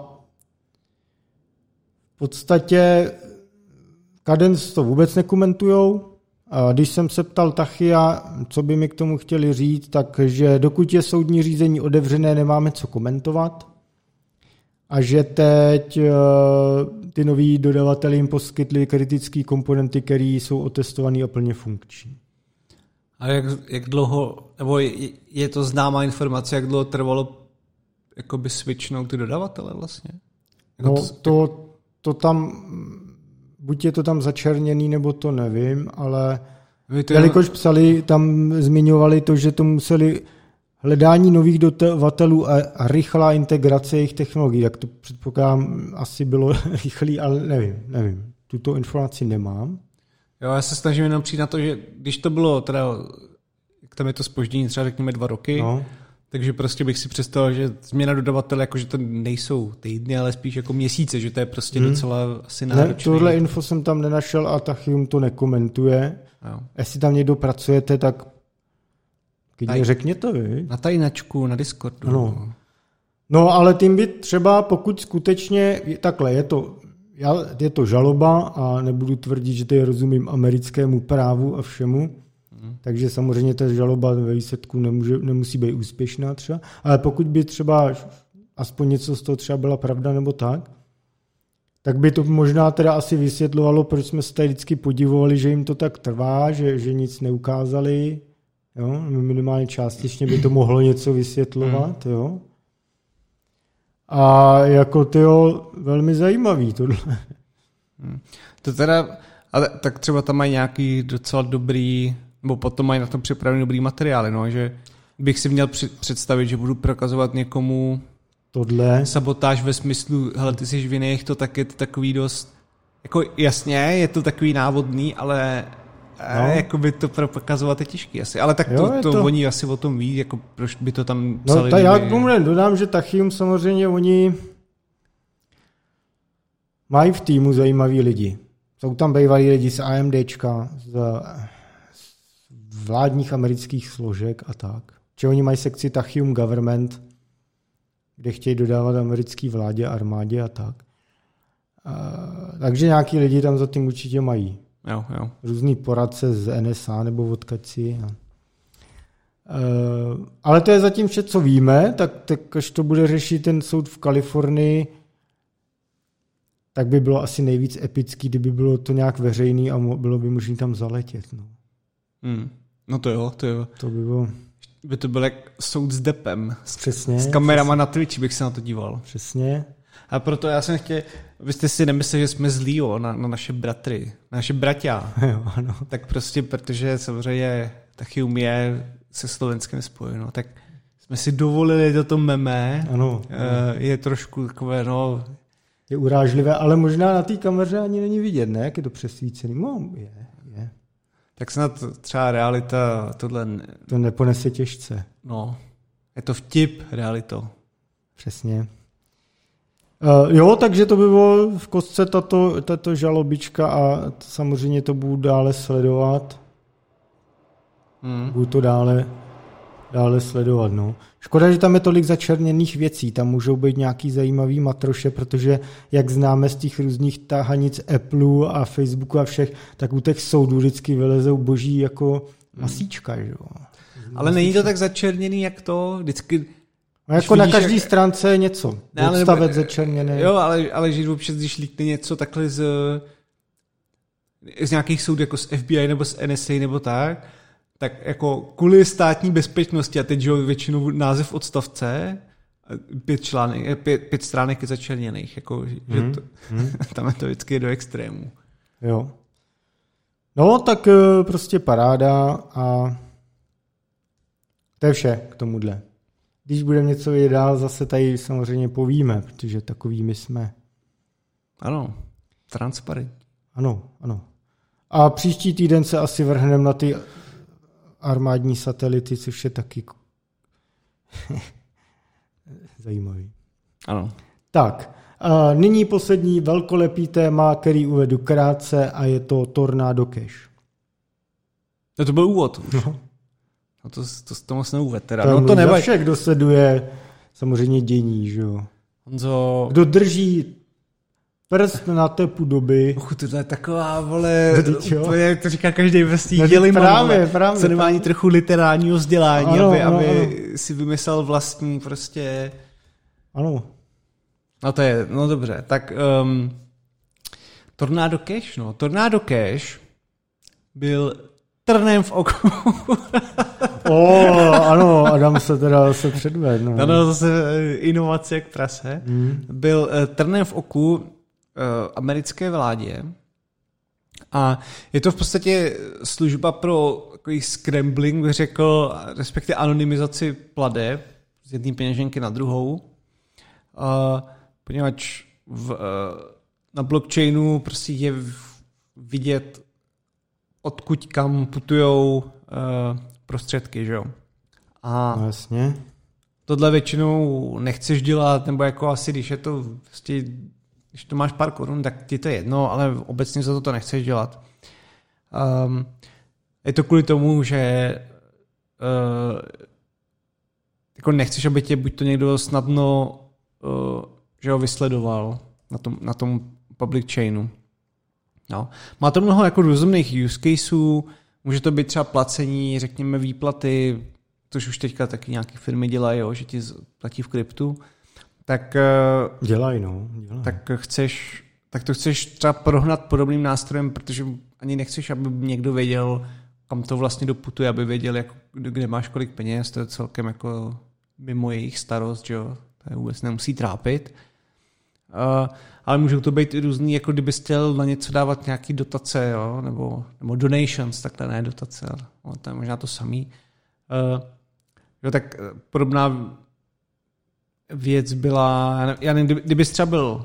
v podstatě Cadence to vůbec nekomentujou. A když jsem se ptal Tachia, co by mi k tomu chtěli říct, takže dokud je soudní řízení otevřené, nemáme co komentovat. A že teď ty noví dodavatelé jim poskytli kritické komponenty, které jsou otestované a plně funkční. A jak dlouho, nebo je to známá informace, jak dlouho trvalo jakoby switchnout ty dodavatele vlastně? Jako no to tam, buď je to tam začerněný, nebo to nevím, ale jelikož psali, tam zmiňovali to, že to museli hledání nových dodavatelů a rychlá integrace jejich technologií, tak to předpokládám asi bylo rychlý, ale nevím. Tuto informaci nemám. Jo, já se snažím jenom přijít na to, že když to bylo teda, tam je to zpoždění třeba řekněme 2 roky, no. Takže prostě bych si představil, že změna dodavatele, jakože to nejsou týdny, ale spíš jako měsíce, že to je prostě docela asi náročný. Ne, tohle info jsem tam nenašel a Tachyon to nekomentuje. Jo. Jestli tam někdo pracujete, tak klidně řekněte vy. Na tajnačku, na Discordu. No, ale tím by třeba, pokud skutečně, takhle, je to žaloba a nebudu tvrdit, že to rozumím americkému právu a všemu, takže samozřejmě ta žaloba ve výsledku nemusí být úspěšná třeba, ale pokud by třeba aspoň něco z toho třeba byla pravda nebo tak by to možná teda asi vysvětlovalo, proč jsme se tady vždycky podivovali, že jim to tak trvá, že nic neukázali, jo? Minimálně částečně by to mohlo něco vysvětlovat, jo. A jako velmi zajímavý tohle. To teda, ale tak třeba tam mají nějaký docela dobrý, nebo potom mají na tom připravený dobrý materiály, no, že bych si měl představit, že budu prokazovat někomu tohle sabotáž ve smyslu, hele, ty jsi vinných, to tak je to takový dost, jako jasně, je to takový návodný, ale jako by to prokazovat je těžký asi. Ale tak to oni asi o tom ví, jako proč by to tam psali. No, já k tomu dodám, že Tachyon samozřejmě oni mají v týmu zajímavý lidi. Jsou tam bývalí lidi z AMDčka, z vládních amerických složek a tak. Či oni mají sekci Tachyon Government, kde chtějí dodávat americké vládě, armádě a tak. Takže nějaký lidi tam za tím určitě mají. Jo. Různý poradce z NSA nebo odkaci. Ale to je zatím vše, co víme, tak až to bude řešit ten soud v Kalifornii, tak by bylo asi nejvíc epický, kdyby bylo to nějak veřejný a bylo by možné tam zaletět. No. No to jo. To by bylo... By to byl jak soud s Deppem. Přesně. S kamerama na Twitchi bych se na to díval. Přesně. A proto já jsem chtěl, abyste si nemysleli, že jsme zlí na naše bratry, na naše bratia. Jo, ano. Tak prostě, protože samozřejmě Tachyon je se Slovenskem spojeno, tak jsme si dovolili toto meme. Ano. Je trošku takové, je urážlivé, ale možná na té kameře ani není vidět, ne? Jak je to přesvícený. No, je. Tak snad třeba realita tohle... To neponese těžce. No, je to vtip, realito. Přesně. Takže to by bylo v kostce tato žalobička a samozřejmě to budu dále sledovat. Budu to dále sledovat. No. Škoda, že tam je tolik začerněných věcí. Tam můžou být nějaký zajímavý matroše, protože jak známe z těch různých tahanic Apple a Facebooku a všech, tak u těch soudů vždycky vylezou boží jako masíčka. Že? Ale není to tak začerněný, jak to vždycky... No jako na každé stránce je něco. Odstavec začerněný. Jo, ale že občas, když líkne něco takhle z nějakých soudů, jako z FBI nebo z NSA nebo tak jako kvůli státní bezpečnosti, a teď jo, většinou název odstavce, 5 stránek je začerněných. Jako, že tam je to vždycky do extrému. Jo. No, tak prostě paráda a to je vše k tomuhle. Když budeme něco vědět dál, zase tady samozřejmě povíme, protože takovými jsme. Ano, transparentní. Ano. A příští týden se asi vrhneme na ty armádní satelity, což je taky zajímavý. Ano. Tak, nyní poslední velkolepý téma, který uvedu krátce a je to Tornado Cash. To byl úvod. No to moc neuved teda. To nevadí. Však, kdo sleduje samozřejmě dění, že jo. Honzo... Kdo drží prst na tepu doby. To je taková, vole, úplně, to říká každý vrství dělím, právě, co nemá ani trochu literárního vzdělání, aby si vymyslel vlastní prostě... Ano. No to je, no dobře, tak Tornado Cash, Tornado Cash byl trnem v oku. Ano, Adam se předvedl. No. Ano, zase inovace jak prase. Byl trnem v oku americké vládě a je to v podstatě služba pro takový scrambling, bych řekl, respektive anonymizaci plateb z jedné peněženky na druhou. Poněvadž na blockchainu prostě je vidět, odkud kam putujou prostředky, že jo. No, jasně. tohle většinou nechceš dělat, nebo jako asi, když je to vlastně, když to máš pár korun, tak ti to je jedno, ale obecně za to nechceš dělat. Je to kvůli tomu, že jako nechceš, aby tě buď to někdo snadno že ho vysledoval na tom public chainu. No. Má to mnoho jako rozumných use caseů, může to být třeba placení, řekněme výplaty, což už teďka taky nějaké firmy dělají, jo, že ti platí v kryptu. Tak dělají. Tak to chceš třeba prohnat podobným nástrojem, protože ani nechceš, aby někdo věděl, kam to vlastně doputuje, aby věděl, jako, kde máš kolik peněz, to je celkem jako mimo jejich starost, že jo, to je vůbec nemusí trápit. Ale můžou to být i různý, jako kdyby chtěl na něco dávat nějaký dotace, jo, nebo donations, takhle ne dotace, ale to je možná to samý. Jo, tak podobná věc byla, já nevím, kdyby třeba byl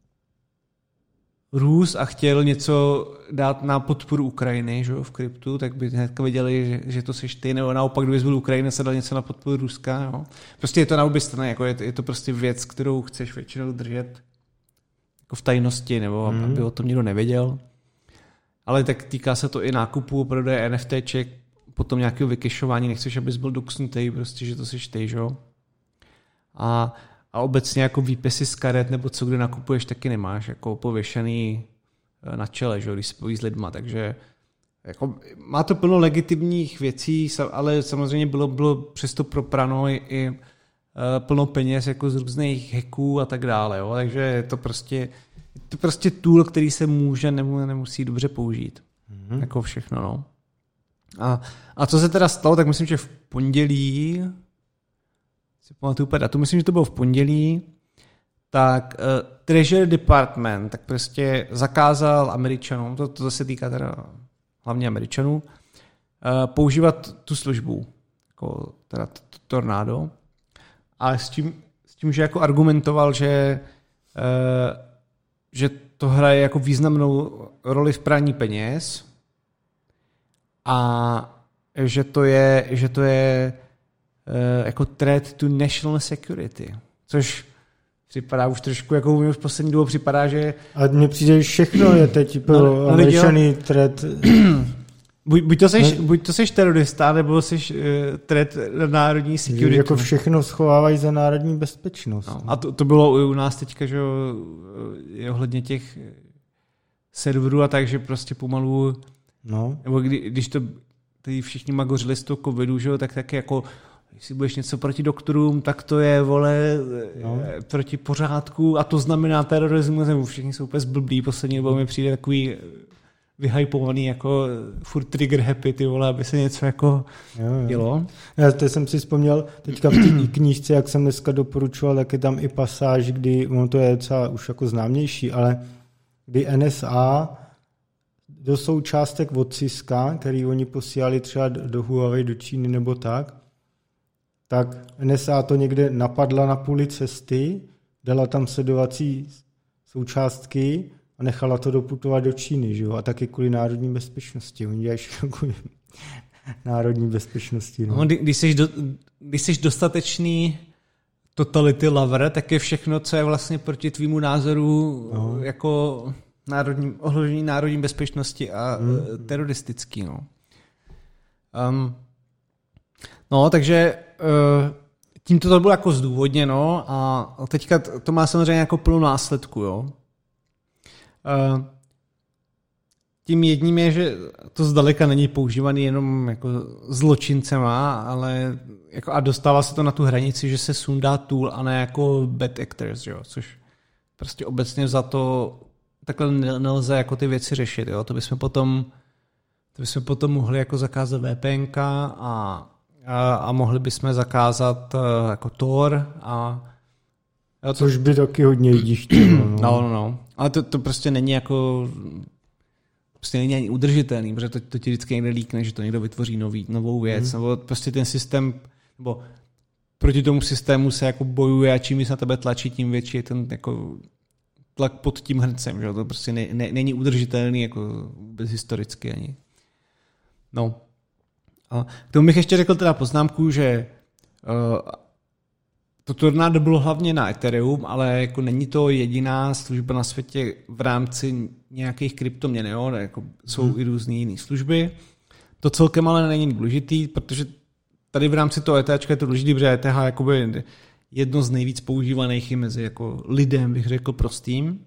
Rus a chtěl něco dát na podporu Ukrajiny, že jo, v kryptu, tak by hnedka věděli, že to seš ty, nebo naopak, kdyby byl Ukrajina, a dal něco na podporu Ruska. Jo. Prostě je to na obě strany, jako je to prostě věc, kterou chceš většinou držet jako v tajnosti, nebo aby o tom nikdo nevěděl. Ale tak týká se to i nákupu, prodeje NFTček, potom nějakého vykešování, nechceš, abys byl doksnutý, prostě, že to seš ty, že jo. A obecně jako výpisy z karet nebo co kde nakupuješ, taky nemáš jako pověšený na čele, že, když se poví s lidma, takže jako, má to plno legitimních věcí, ale samozřejmě bylo přesto proprano i plno peněz jako z různých hacků a tak dále, jo? Takže je to prostě tool, který se může nebo nemusí dobře použít. Jako všechno, no. A co se teda stalo, tak myslím, že v pondělí, si pamatuju úplně datu, myslím, že to bylo v pondělí, tak Treasury Department tak prostě zakázal Američanům, to se týká teda hlavně Američanů, používat tu službu, jako teda Tornado, ale s tím, že jako argumentoval, že to hraje jako významnou roli v praní peněz a že to je jako threat to national security, což připadá už trošku, jako mi už poslední dobou připadá, že... A mně přijde, že všechno je teď pro Američany threat. Buď to seš terorista, nebo seš threat na národní security. Jako všechno schovávají za národní bezpečnost. No, a to bylo i u nás teďka, že je ohledně těch serverů a tak, že prostě pomalu... No. Nebo když to tady všichni magořili z toho covidu, že tak jako jestli budeš něco proti doktorům, tak to je, vole, proti pořádku a to znamená terorismus, nebo všichni jsou úplně zblblí, poslední dobou mi přijde takový vyhypovaný, jako furt trigger happy, ty vole, aby se něco jako dělo. Já teď jsem si vzpomněl, teďka v té knížce, jak jsem dneska doporučoval, tak je tam i pasáž, kdy, ono to je docela už jako známější, ale kdy NSA do součástek od Cisca, který oni posílali třeba do Huawei, do Číny nebo tak NSA to někde napadla na půli cesty, dala tam sledovací součástky a nechala to doputovat do Číny, že jo? A taky kvůli národní bezpečnosti. Oni dělají kvůli národní bezpečnosti. No. Když jsi dostatečný totality lover, tak je všechno, co je vlastně proti tvýmu názoru jako ohrožení národní bezpečnosti a teroristický. No, takže tímto to bylo jako zdůvodněno a teďka to má samozřejmě jako plnou následku, jo. Tím jedním je, že to zdaleka není používaný jenom jako zločincema, ale jako a dostává se to na tu hranici, že se sundá tool a ne jako bad actors, jo, což prostě obecně za to takhle nelze jako ty věci řešit, jo. To bychom potom mohli jako zakázat VPNka a mohli bychom zakázat jako Tor a jo, což by taky hodně lidí chtělo. No. Ale to prostě není jako prostě není ani udržitelný, protože to ti vždycky někde líkne, že to někdo vytvoří novou věc, nebo prostě ten systém, nebo proti tomu systému se jako bojuje a čím se na tebe tlačí, tím větší je ten jako tlak pod tím hrncem, že to prostě není udržitelný jako vůbec historicky ani. No. A k tomu bych ještě řekl teda poznámku, že to Tornado bylo hlavně na Ethereum, ale jako není to jediná služba na světě v rámci nějakých kryptoměn, jo? Jako jsou i různé jiné služby. To celkem ale není důležitý, protože tady v rámci toho ETH je to důležitý, protože ETH je jakoby jedno z nejvíc používaných mezi jako lidem, bych řekl, prostým.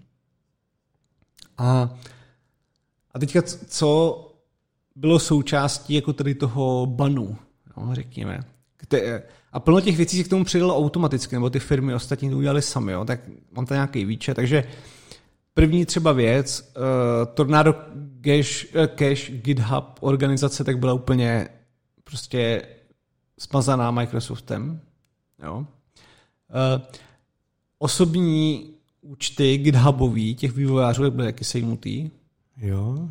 A teďka, co bylo součástí jako tady toho banu, no, řekněme. A plno těch věcí se k tomu přidalo automaticky, nebo ty firmy ostatní to udělali sami, jo, tak mám tam nějaký výčet. Takže první třeba věc, Tornado Cache GitHub organizace tak byla úplně prostě smazaná Microsoftem. Jo. Osobní účty GitHubový těch vývojářů byly taky sejmutý. Jo.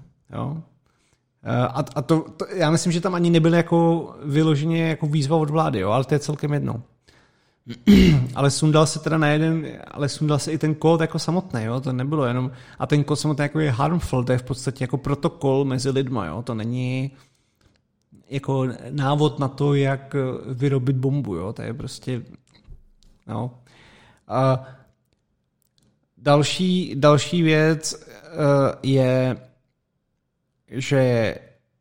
A to já myslím, že tam ani nebyly jako vyloženě jako výzva od vlády, jo, ale to je celkem jedno. Ale sundal se i ten kód jako samotný, jo, to nebylo jenom, a ten kód samotný jako je harmful, to je v podstatě jako protokol mezi lidma, jo, to není jako návod na to, jak vyrobit bombu, jo, to je prostě, no. A další věc je, že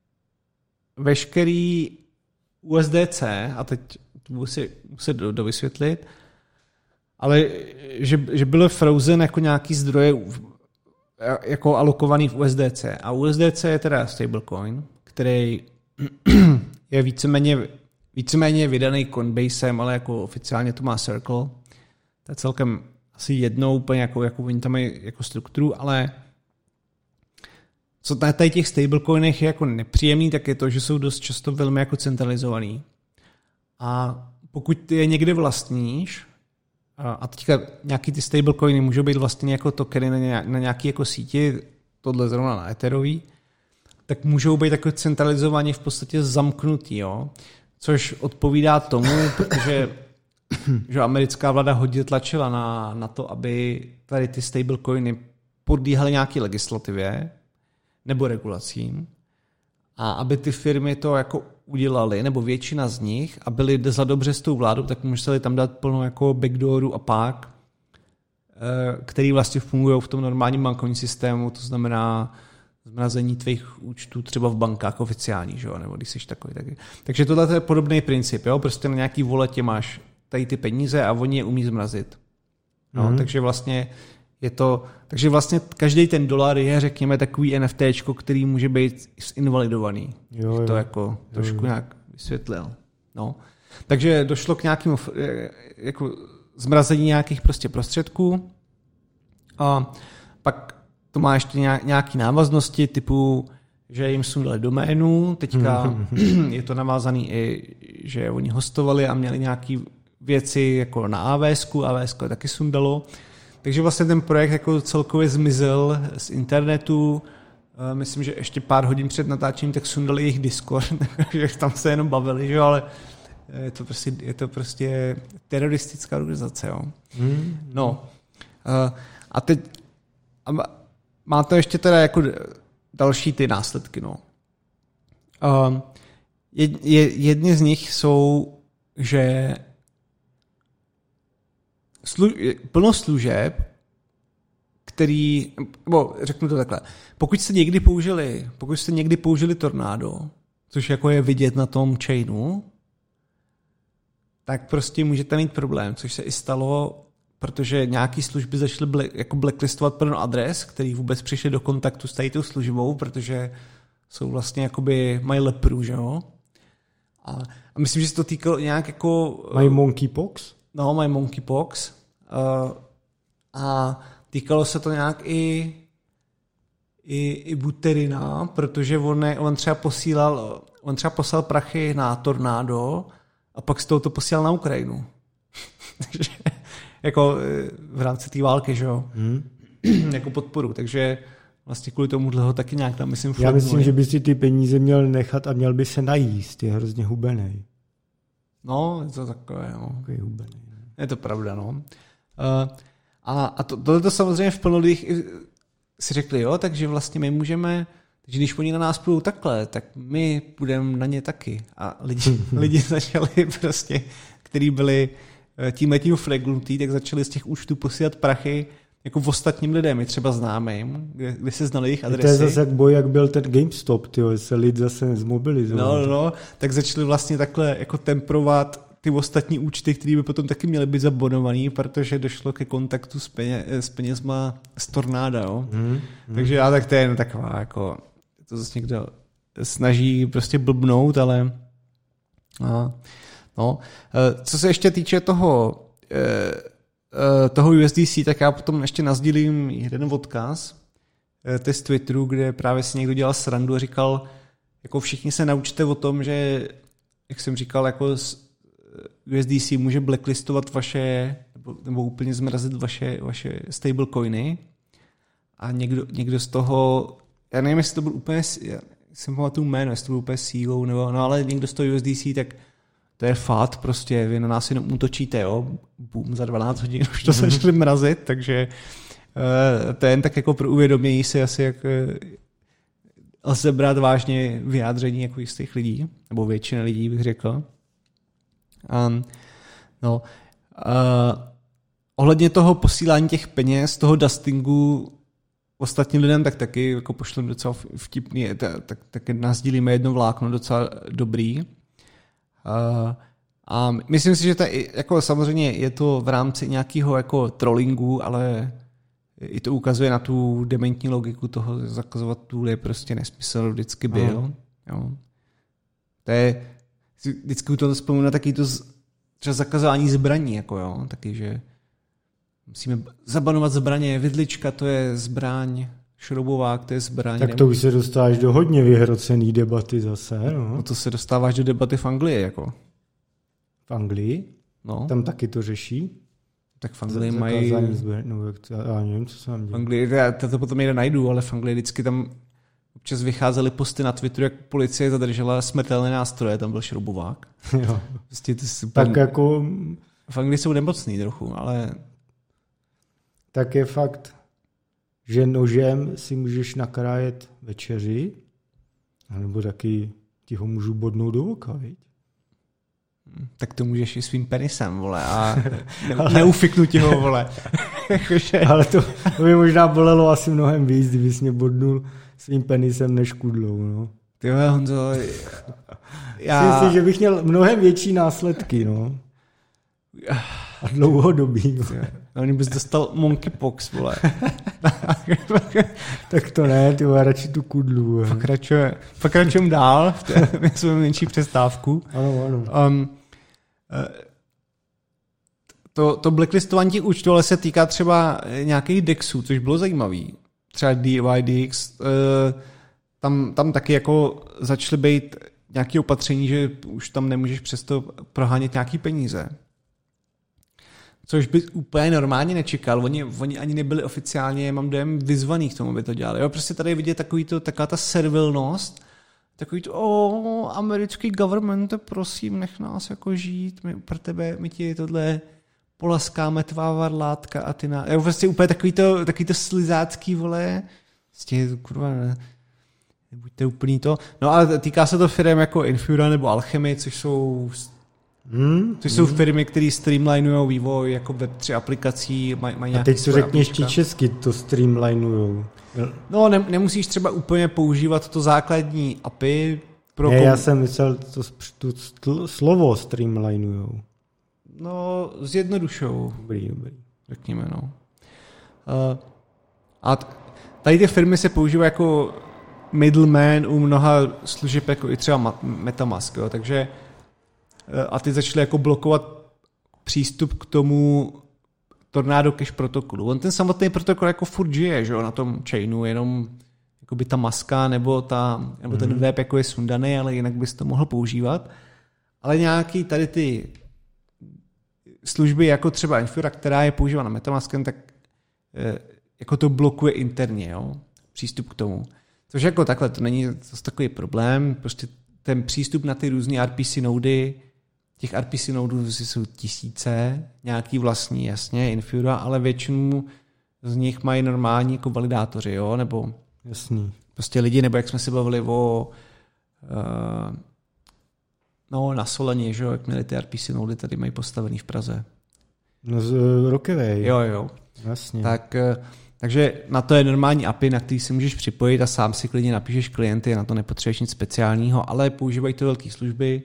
veškerý USDC, a teď musím dovysvětlit, ale že byly frozen jako nějaký zdroje jako alokovaný v USDC. A USDC je teda stablecoin, který je víceméně vydaný Coinbasem, ale jako oficiálně to má Circle. To je celkem asi jednou úplně jako oni tam mají jako strukturu, ale co na tady těch stablecoinech je jako nepříjemný, tak je to, že jsou dost často velmi jako centralizovaný. A pokud ty je někde vlastníš, a teďka nějaký ty stablecoiny můžou být vlastně jako tokeny na nějaký jako síti, tohle zrovna na Etherový, tak můžou být jako centralizovaně v podstatě zamknutý, jo? Což odpovídá tomu, protože že americká vláda hodně tlačila na to, aby tady ty stablecoiny podlíhaly nějaké legislativě nebo regulacím a aby ty firmy to jako udělali, nebo většina z nich, a byli za dobře s tou vládou, tak museli tam dát plno jako backdooru a pák, který vlastně fungují v tom normálním bankovním systému, to znamená zmrazení tvých účtů třeba v bankách oficiální, že jo? Nebo když jsi takový taky. Takže tohle je podobný princip, jo? Prostě na nějaký voletě máš tady ty peníze a oni je umí zmrazit. No, takže vlastně je to, takže vlastně každý ten dolar je, řekněme, takový NFTčko, který může být zinvalidovaný. Jo. To jako trošku nějak vysvětlil. No. Takže došlo k nějakému jako zmrazení nějakých prostě prostředků a pak to má ještě nějaké návaznosti typu, že jim sundali doménu, teďka je to navázaný i, že oni hostovali a měli nějaký věci jako na AWSku je taky sundalo. Takže vlastně ten projekt jako celkově zmizel z internetu. Myslím, že ještě pár hodin před natáčením tak sundali jejich Discord, takže tam se jenom bavili, že? Ale je to prostě teroristická organizace. Jo? No. A teď má to ještě teda jako další ty následky. No. Jedni z nich jsou, že plno služeb, který, nebo řeknu to takhle, pokud jste někdy použili Tornado, což jako je vidět na tom chainu, tak prostě můžete mít problém, což se i stalo, protože nějaký služby začaly jako blacklistovat plno adres, který vůbec přišli do kontaktu s tady tou službou, protože jsou vlastně jakoby mají lepru, že jo? A myslím, že se to týkalo nějak jako... Mají monkeypox? No, mají monkeypox. A týkalo se to nějak i Buterina, protože on třeba poslal prachy na Tornado a pak z toho to posílal na Ukrajinu. Takže jako v rámci té války, že jo? Jako podporu, takže vlastně kvůli tomuhle ho taky nějak tam, myslím, Já myslím, že by si ty peníze měl nechat a měl by se najíst, je hrozně hubenej. No, je to takové, no. Takový hubenej. Je to pravda, no. A tohle samozřejmě v plno lidí si řekli, jo, takže vlastně my můžeme, takže když oni na nás půjdou takhle, tak my půjdeme na ně taky. A lidi začali prostě, který byli tímhletím flagnutý, tak začali z těch účtů posílat prachy jako v ostatním lidem, i třeba známým, kde se znali jejich adresy. To je zase jak boj, jak byl ten GameStop, tyjo, se lidi zase zmobilizovali. No, tak začali vlastně takhle jako temprovat ty ostatní účty, které by potom taky měly být zabonovaný, protože došlo ke kontaktu s penězma z tornáda, jo. Takže já tak to je jen taková, jako to zase někdo snaží prostě blbnout, ale no. Co se ještě týče toho USDC, tak já potom ještě nasdílím jeden odkaz, to je z Twitteru, kde právě si někdo dělal srandu a říkal, jako všichni se naučte o tom, že, jak jsem říkal, jako USDC může blacklistovat vaše, nebo úplně zmrazit vaše stablecoiny a někdo z toho, já nevím, jestli to byl úplně, já jsem pamatuju jméno, jestli to byl úplně CEO, nebo, no ale někdo z toho USDC, tak to je fakt prostě, vy na nás jenom útočíte, jo, boom, za 12 hodin už to začali mrazit, takže to je jen tak jako pro uvědomění si asi, jak lze brát vážně vyjádření jako jistých lidí, nebo většina lidí bych řekl. Ohledně toho posílání těch peněz, toho dustingu ostatním lidem, tak taky jako pošlem docela vtipný, tak nasdílíme jedno vlákno docela dobrý. A myslím si, že jako samozřejmě je to v rámci nějakého jako trollingu, ale i to ukazuje na tu dementní logiku toho zakazovat tool je prostě nesmysl, vždycky byl. Jo. To je, vždycky u toho vzpomínám na taky to třeba zakazování zbraní, jako jo, taky, že musíme zabanovat zbraně, vidlička to je zbraň, šroubovák to je zbraň. Tak to už se dostáváš do hodně vyhrocený debaty zase, no. No to se dostáváš do debaty v Anglii, jako. V Anglii? No. Tam taky to řeší? Tak v Anglii mají... já nevím, co se tam děje. V Anglii, já to potom někde najdu, ale v Anglii vždycky tam občas vycházely posty na Twitteru, jak policie zadržela smrtelné nástroje, tam byl šroubovák. Jo. Prostě tak jako... V Anglii jsou nemocný trochu, ale... Tak je fakt, že nožem si můžeš nakrájet večeři, anebo taky ti ho můžu bodnout do oka, viď? Tak to můžeš i svým penisem, vole, a neufiknu ti ho, vole. Ale to by možná bolelo asi mnohem víc, kdybys mě bodnul svým penisem než kudlou, no. Ty vole, Honzo, Myslím si, že bych měl mnohem větší následky, no. A dlouhodobý. On bys dostal monkeypox, vole. Tak to ne, ty vole, radši tu kudlu. Pokračujeme dál, my jsme menší přestávku. Ano. To blacklistování těch účtů ale se týká třeba nějakých dexů, což bylo zajímavý. Třeba DYDX, tam taky jako začaly být nějaké opatření, že už tam nemůžeš přesto prohánět nějaký peníze. Což by úplně normálně nečekal. Oni ani nebyli oficiálně, mám dojem, vyzvaný k tomu, aby to dělali. Jo, prostě tady vidět taková ta servilnost, takový to, americký government, prosím, nech nás jako žít, pro tebe, my ti tohle polaskáme tvá varlátka a ty jo, prostě úplně takový to slizácký, vole, prostě, kurva, nebuďte úplný to. No ale týká se to firm jako Infura nebo Alchemy, což jsou firmy, které streamlinujou vývoj jako Web3 aplikací, mají a teď co řekni ještě česky, to streamlinujou. No, nemusíš třeba úplně používat to základní API. Já jsem myslel to slovo streamlinujou. No, zjednodušou. Dobrý. Řekněme, no. A tady ty firmy se používají jako middleman u mnoha služeb, jako i třeba MetaMask, jo, takže a ty začali jako blokovat přístup k tomu Tornado Cash protokolu. On ten samotný protokol jako furt žije, že jo, na tom chainu, jenom jakoby ta maska nebo ten web jako je sundaný, ale jinak bys to mohl používat. Ale nějaký tady ty služby jako třeba Infura, která je používána MetaMaskem, tak jako to blokuje interně, jo, přístup k tomu. Což jako takhle, to není zase takový problém, prostě ten přístup na ty různé RPC nody, těch RPC nodů jsou tisíce, nějaký vlastní, jasně, Infura, ale většinu z nich mají normální jako validátoři, jo, nebo jasný. Prostě lidi, nebo jak jsme si bavili o na Solani, že jo, jak měli ty RPC nody, tady mají postavený v Praze. No z Rockaway. Jo. Jasně. Takže na to je normální API, na který si můžeš připojit a sám si klidně napíšeš klienty, na to nepotřebuješ nic speciálního, ale používají to velké služby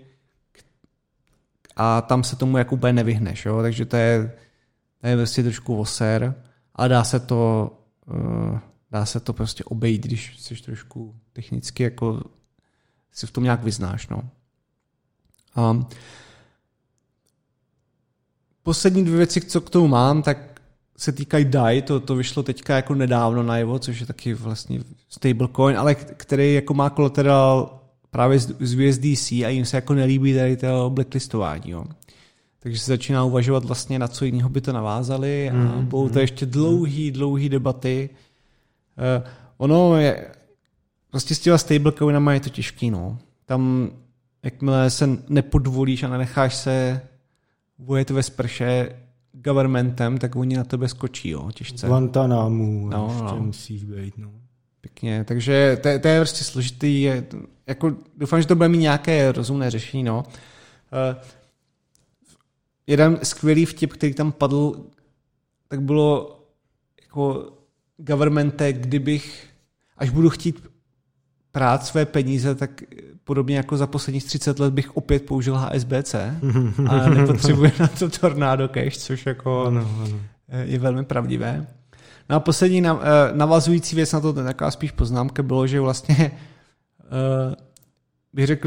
a tam se tomu jako úplně nevyhneš. Jo? Takže to je vlastně trošku voser, ale dá se to prostě obejít, když jsi trošku technicky jako si v tom nějak vyznáš. No. Poslední 2 věci, co k tomu mám, tak se týkají DAI, to vyšlo teďka jako nedávno najevo, což je taky vlastně stablecoin, ale který jako má kolaterál právě z USDC a jim se jako nelíbí tady to blacklistování. Jo. Takže se začíná uvažovat vlastně, na co jiného by to navázali a budou to ještě dlouhý debaty. Ono je, prostě s těma stablecoinama je to těžký, no. Tam, jakmile se nepodvolíš a nenecháš se vojet ve sprše governmentem, tak oni na tebe skočí, jo, těžce. Guantanamo ještě musíš být, no. Pěkně, takže to je prostě složitý, jako doufám, že to bude mít nějaké rozumné řešení, no. Jeden skvělý vtip, který tam padl, tak bylo jako governmente, až budu chtít prát své peníze, tak podobně jako za posledních 30 let bych opět použil HSBC a nepotřebuje na to Tornado Cash, což jako je velmi pravdivé. No a poslední navazující věc na to, taková spíš poznámka, bylo, že vlastně bych řekl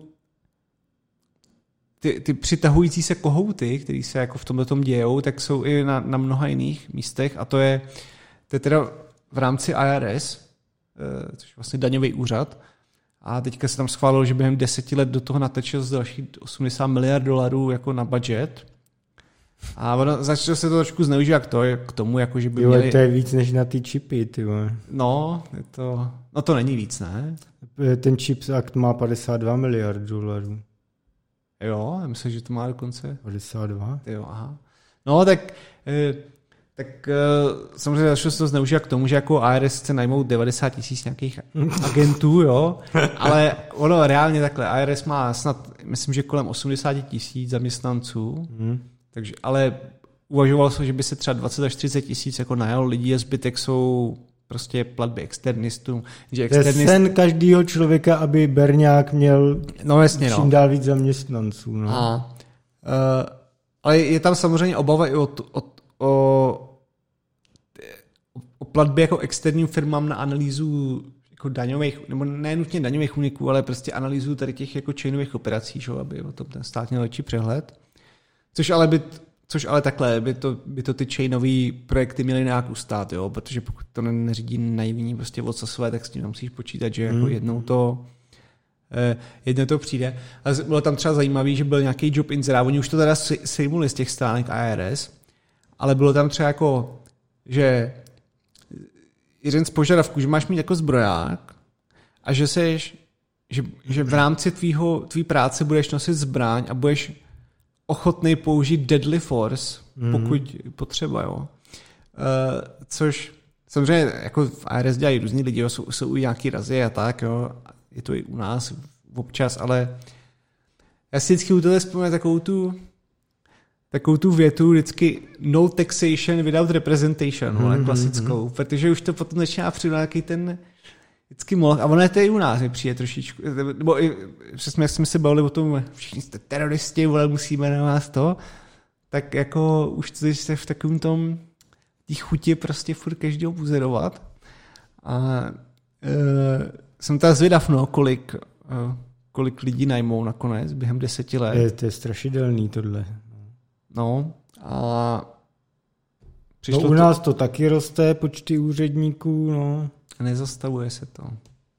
ty přitahující se kohouty, které se jako v tomhletom dějou, tak jsou i na mnoha jiných místech a to je teda v rámci IRS, což je vlastně daňový úřad. A teďka se tam schválilo, že během 10 let do toho nateče z dalších $80 miliard jako na budget. A začalo se to trošku zneužívat k tomu, jako že by měli... to je víc než na ty čipy, ty vole. No, to není víc, ne? Ten Chips Act má $52 miliard. Jo, já myslím, že to má dokonce... 52? Jo, aha. No, tak samozřejmě začalo se to zneužívat k tomu, že jako IRS chce najmout 90 000 nějakých agentů, jo, ale ono reálně takhle, IRS má snad, myslím, že kolem 80 000 zaměstnanců, takže, ale uvažovalo se, že by se třeba 20 až 30 tisíc jako najalo lidí a zbytek jsou prostě platby externistů. To je sen každého člověka, aby berňák měl čím dál víc zaměstnanců. No. Ale je tam samozřejmě obava i o platby jako externím firmám na analýzu jako daňových, nebo ne nutně daňových úniků, ale prostě analýzu tady těch jako chainových operací, že? Aby o tom ten stát měl lepší přehled. Což ale takhle, by to ty chainové projekty měly nějak ustát, jo? Protože pokud to neřídí naivní prostě odsasové, tak s tím musíš počítat, že jako jednou to přijde. A bylo tam třeba zajímavý, že byl nějaký job inzerát, oni už to teda sejmuli z těch stránek IRS, ale bylo tam třeba jako, že jeden z požadavků, že máš mít jako zbroják a že v rámci tvý práce budeš nosit zbraň a budeš ochotný použít deadly force, pokud potřeba, jo. Což samozřejmě jako v IRS dělají různý lidi, jo, jsou i nějaký razy a tak, jo. Je to i u nás občas, ale já si vždycky u toho vzpomínám takovou tu větu vždycky no taxation without representation, klasickou, protože už to potom začíná přijít nějaký ten vždycky mohl, a ono je to i u nás, mi přijde trošičku, nebo i přesně jak jsme se bavili o tom, všichni jste teroristi, vole, musíme na vás to, tak jako už jste v takovém tom tý chuti prostě furt každého buzerovat a jsem teda zvědav, no, kolik lidí najmou nakonec během 10 let. To je strašidelný tohle. No a u nás to taky roste, počty úředníků, no. Nezastavuje se to.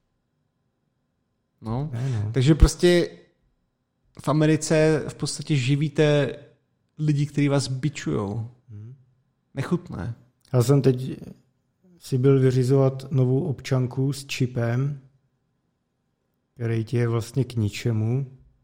No. Takže prostě v Americe v podstatě živíte lidi, kteří vás bičujou. Nechutné. Já jsem teď si byl vyřizovat novou občanku s čipem, který ti je vlastně k ničemu.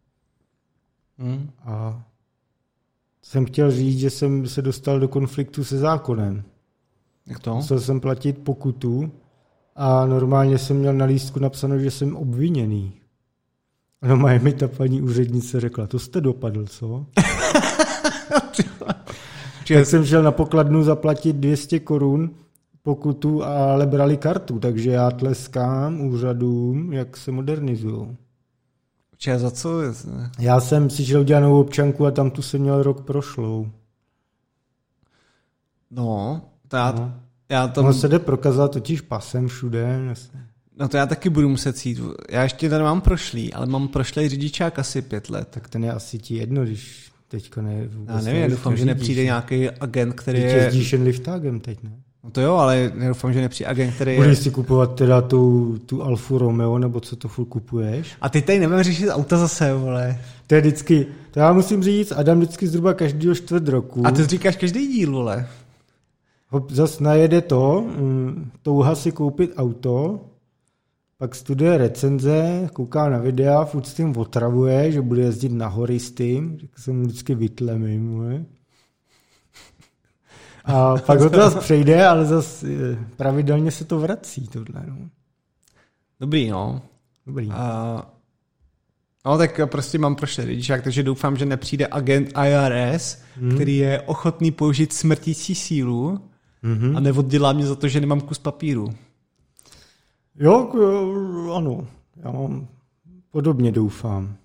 A jsem chtěl říct, že jsem se dostal do konfliktu se zákonem. Jak to? Musel jsem platit pokutu a normálně jsem měl na lístku napsáno, že jsem obviněný. No mi ta paní úřednice řekla, to jste dopadl, co? Tak jsem šel na pokladnu zaplatit 200 korun pokutu, ale brali kartu, takže já tleskám úřadům, jak se modernizují. Za co? Já jsem si šel udělat novou občanku a tam tu jsem měl rok prošlou. No, já to... No se jde prokazat totiž pasem všude. No to já taky budu muset jít. Já ještě tady mám prošlý, ale mám prošlej řidičák asi 5 let. Tak ten je asi ti jedno, když teďka ne... Já nevím, doufám, že nepřijde nějaký agent, který je... Teď jezdíš jen liftágem teď, ne? No to jo, ale doufám, že nepřijde agent, který budeš si kupovat teda tu Alfu Romeo, nebo co to furt kupuješ? A ty tady nebudeme řešit auta zase, vole. To je vždycky, to já musím říct, Adam vždycky zhruba každýho čtvrt roku. A ty říkáš každý díl, vole. Zas najede touha si koupit auto, pak studuje recenze, kouká na videa, furt s tím otravuje, že bude jezdit na hory s tím, tak se mu vždycky vytlemím. A pak ho to zase přejde, ale zase pravidelně se to vrací. Tohle, no. Dobrý, no. Dobrý. No tak prostě mám prošlý řidičák, takže doufám, že nepřijde agent IRS, který je ochotný použít smrtící sílu a neoddělá mě za to, že nemám kus papíru. Jo, ano. Já mám podobně doufám.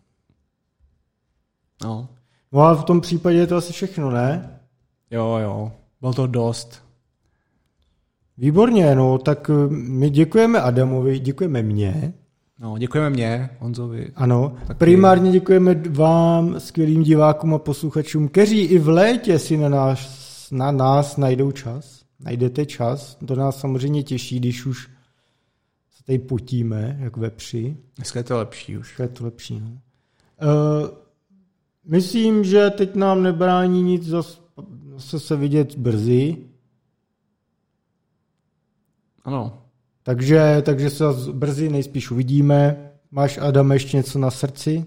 No. No a v tom případě je to asi všechno, ne? Jo. Bylo to dost. Výborně, no, tak my děkujeme Adamovi, děkujeme mně. No, děkujeme mě, Honzovi. Ano, taky. Primárně děkujeme vám, skvělým divákům a posluchačům, kteří i v létě si na nás najdou čas. Najdete čas, to nás samozřejmě těší, když už se tady potíme, jak vepři. Dneska je to lepší už. Dneska je to lepší, no. Myslím, že teď nám nebrání nic zase se vidět brzy. Ano. Takže se brzy nejspíš uvidíme. Máš, Adam, ještě něco na srdci?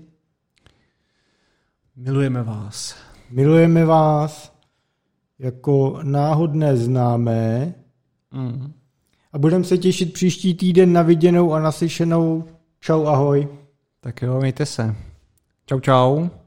Milujeme vás. Milujeme vás jako náhodné známé. A budeme se těšit příští týden na viděnou a naslyšenou. Čau, ahoj. Tak jo, mějte se. Čau.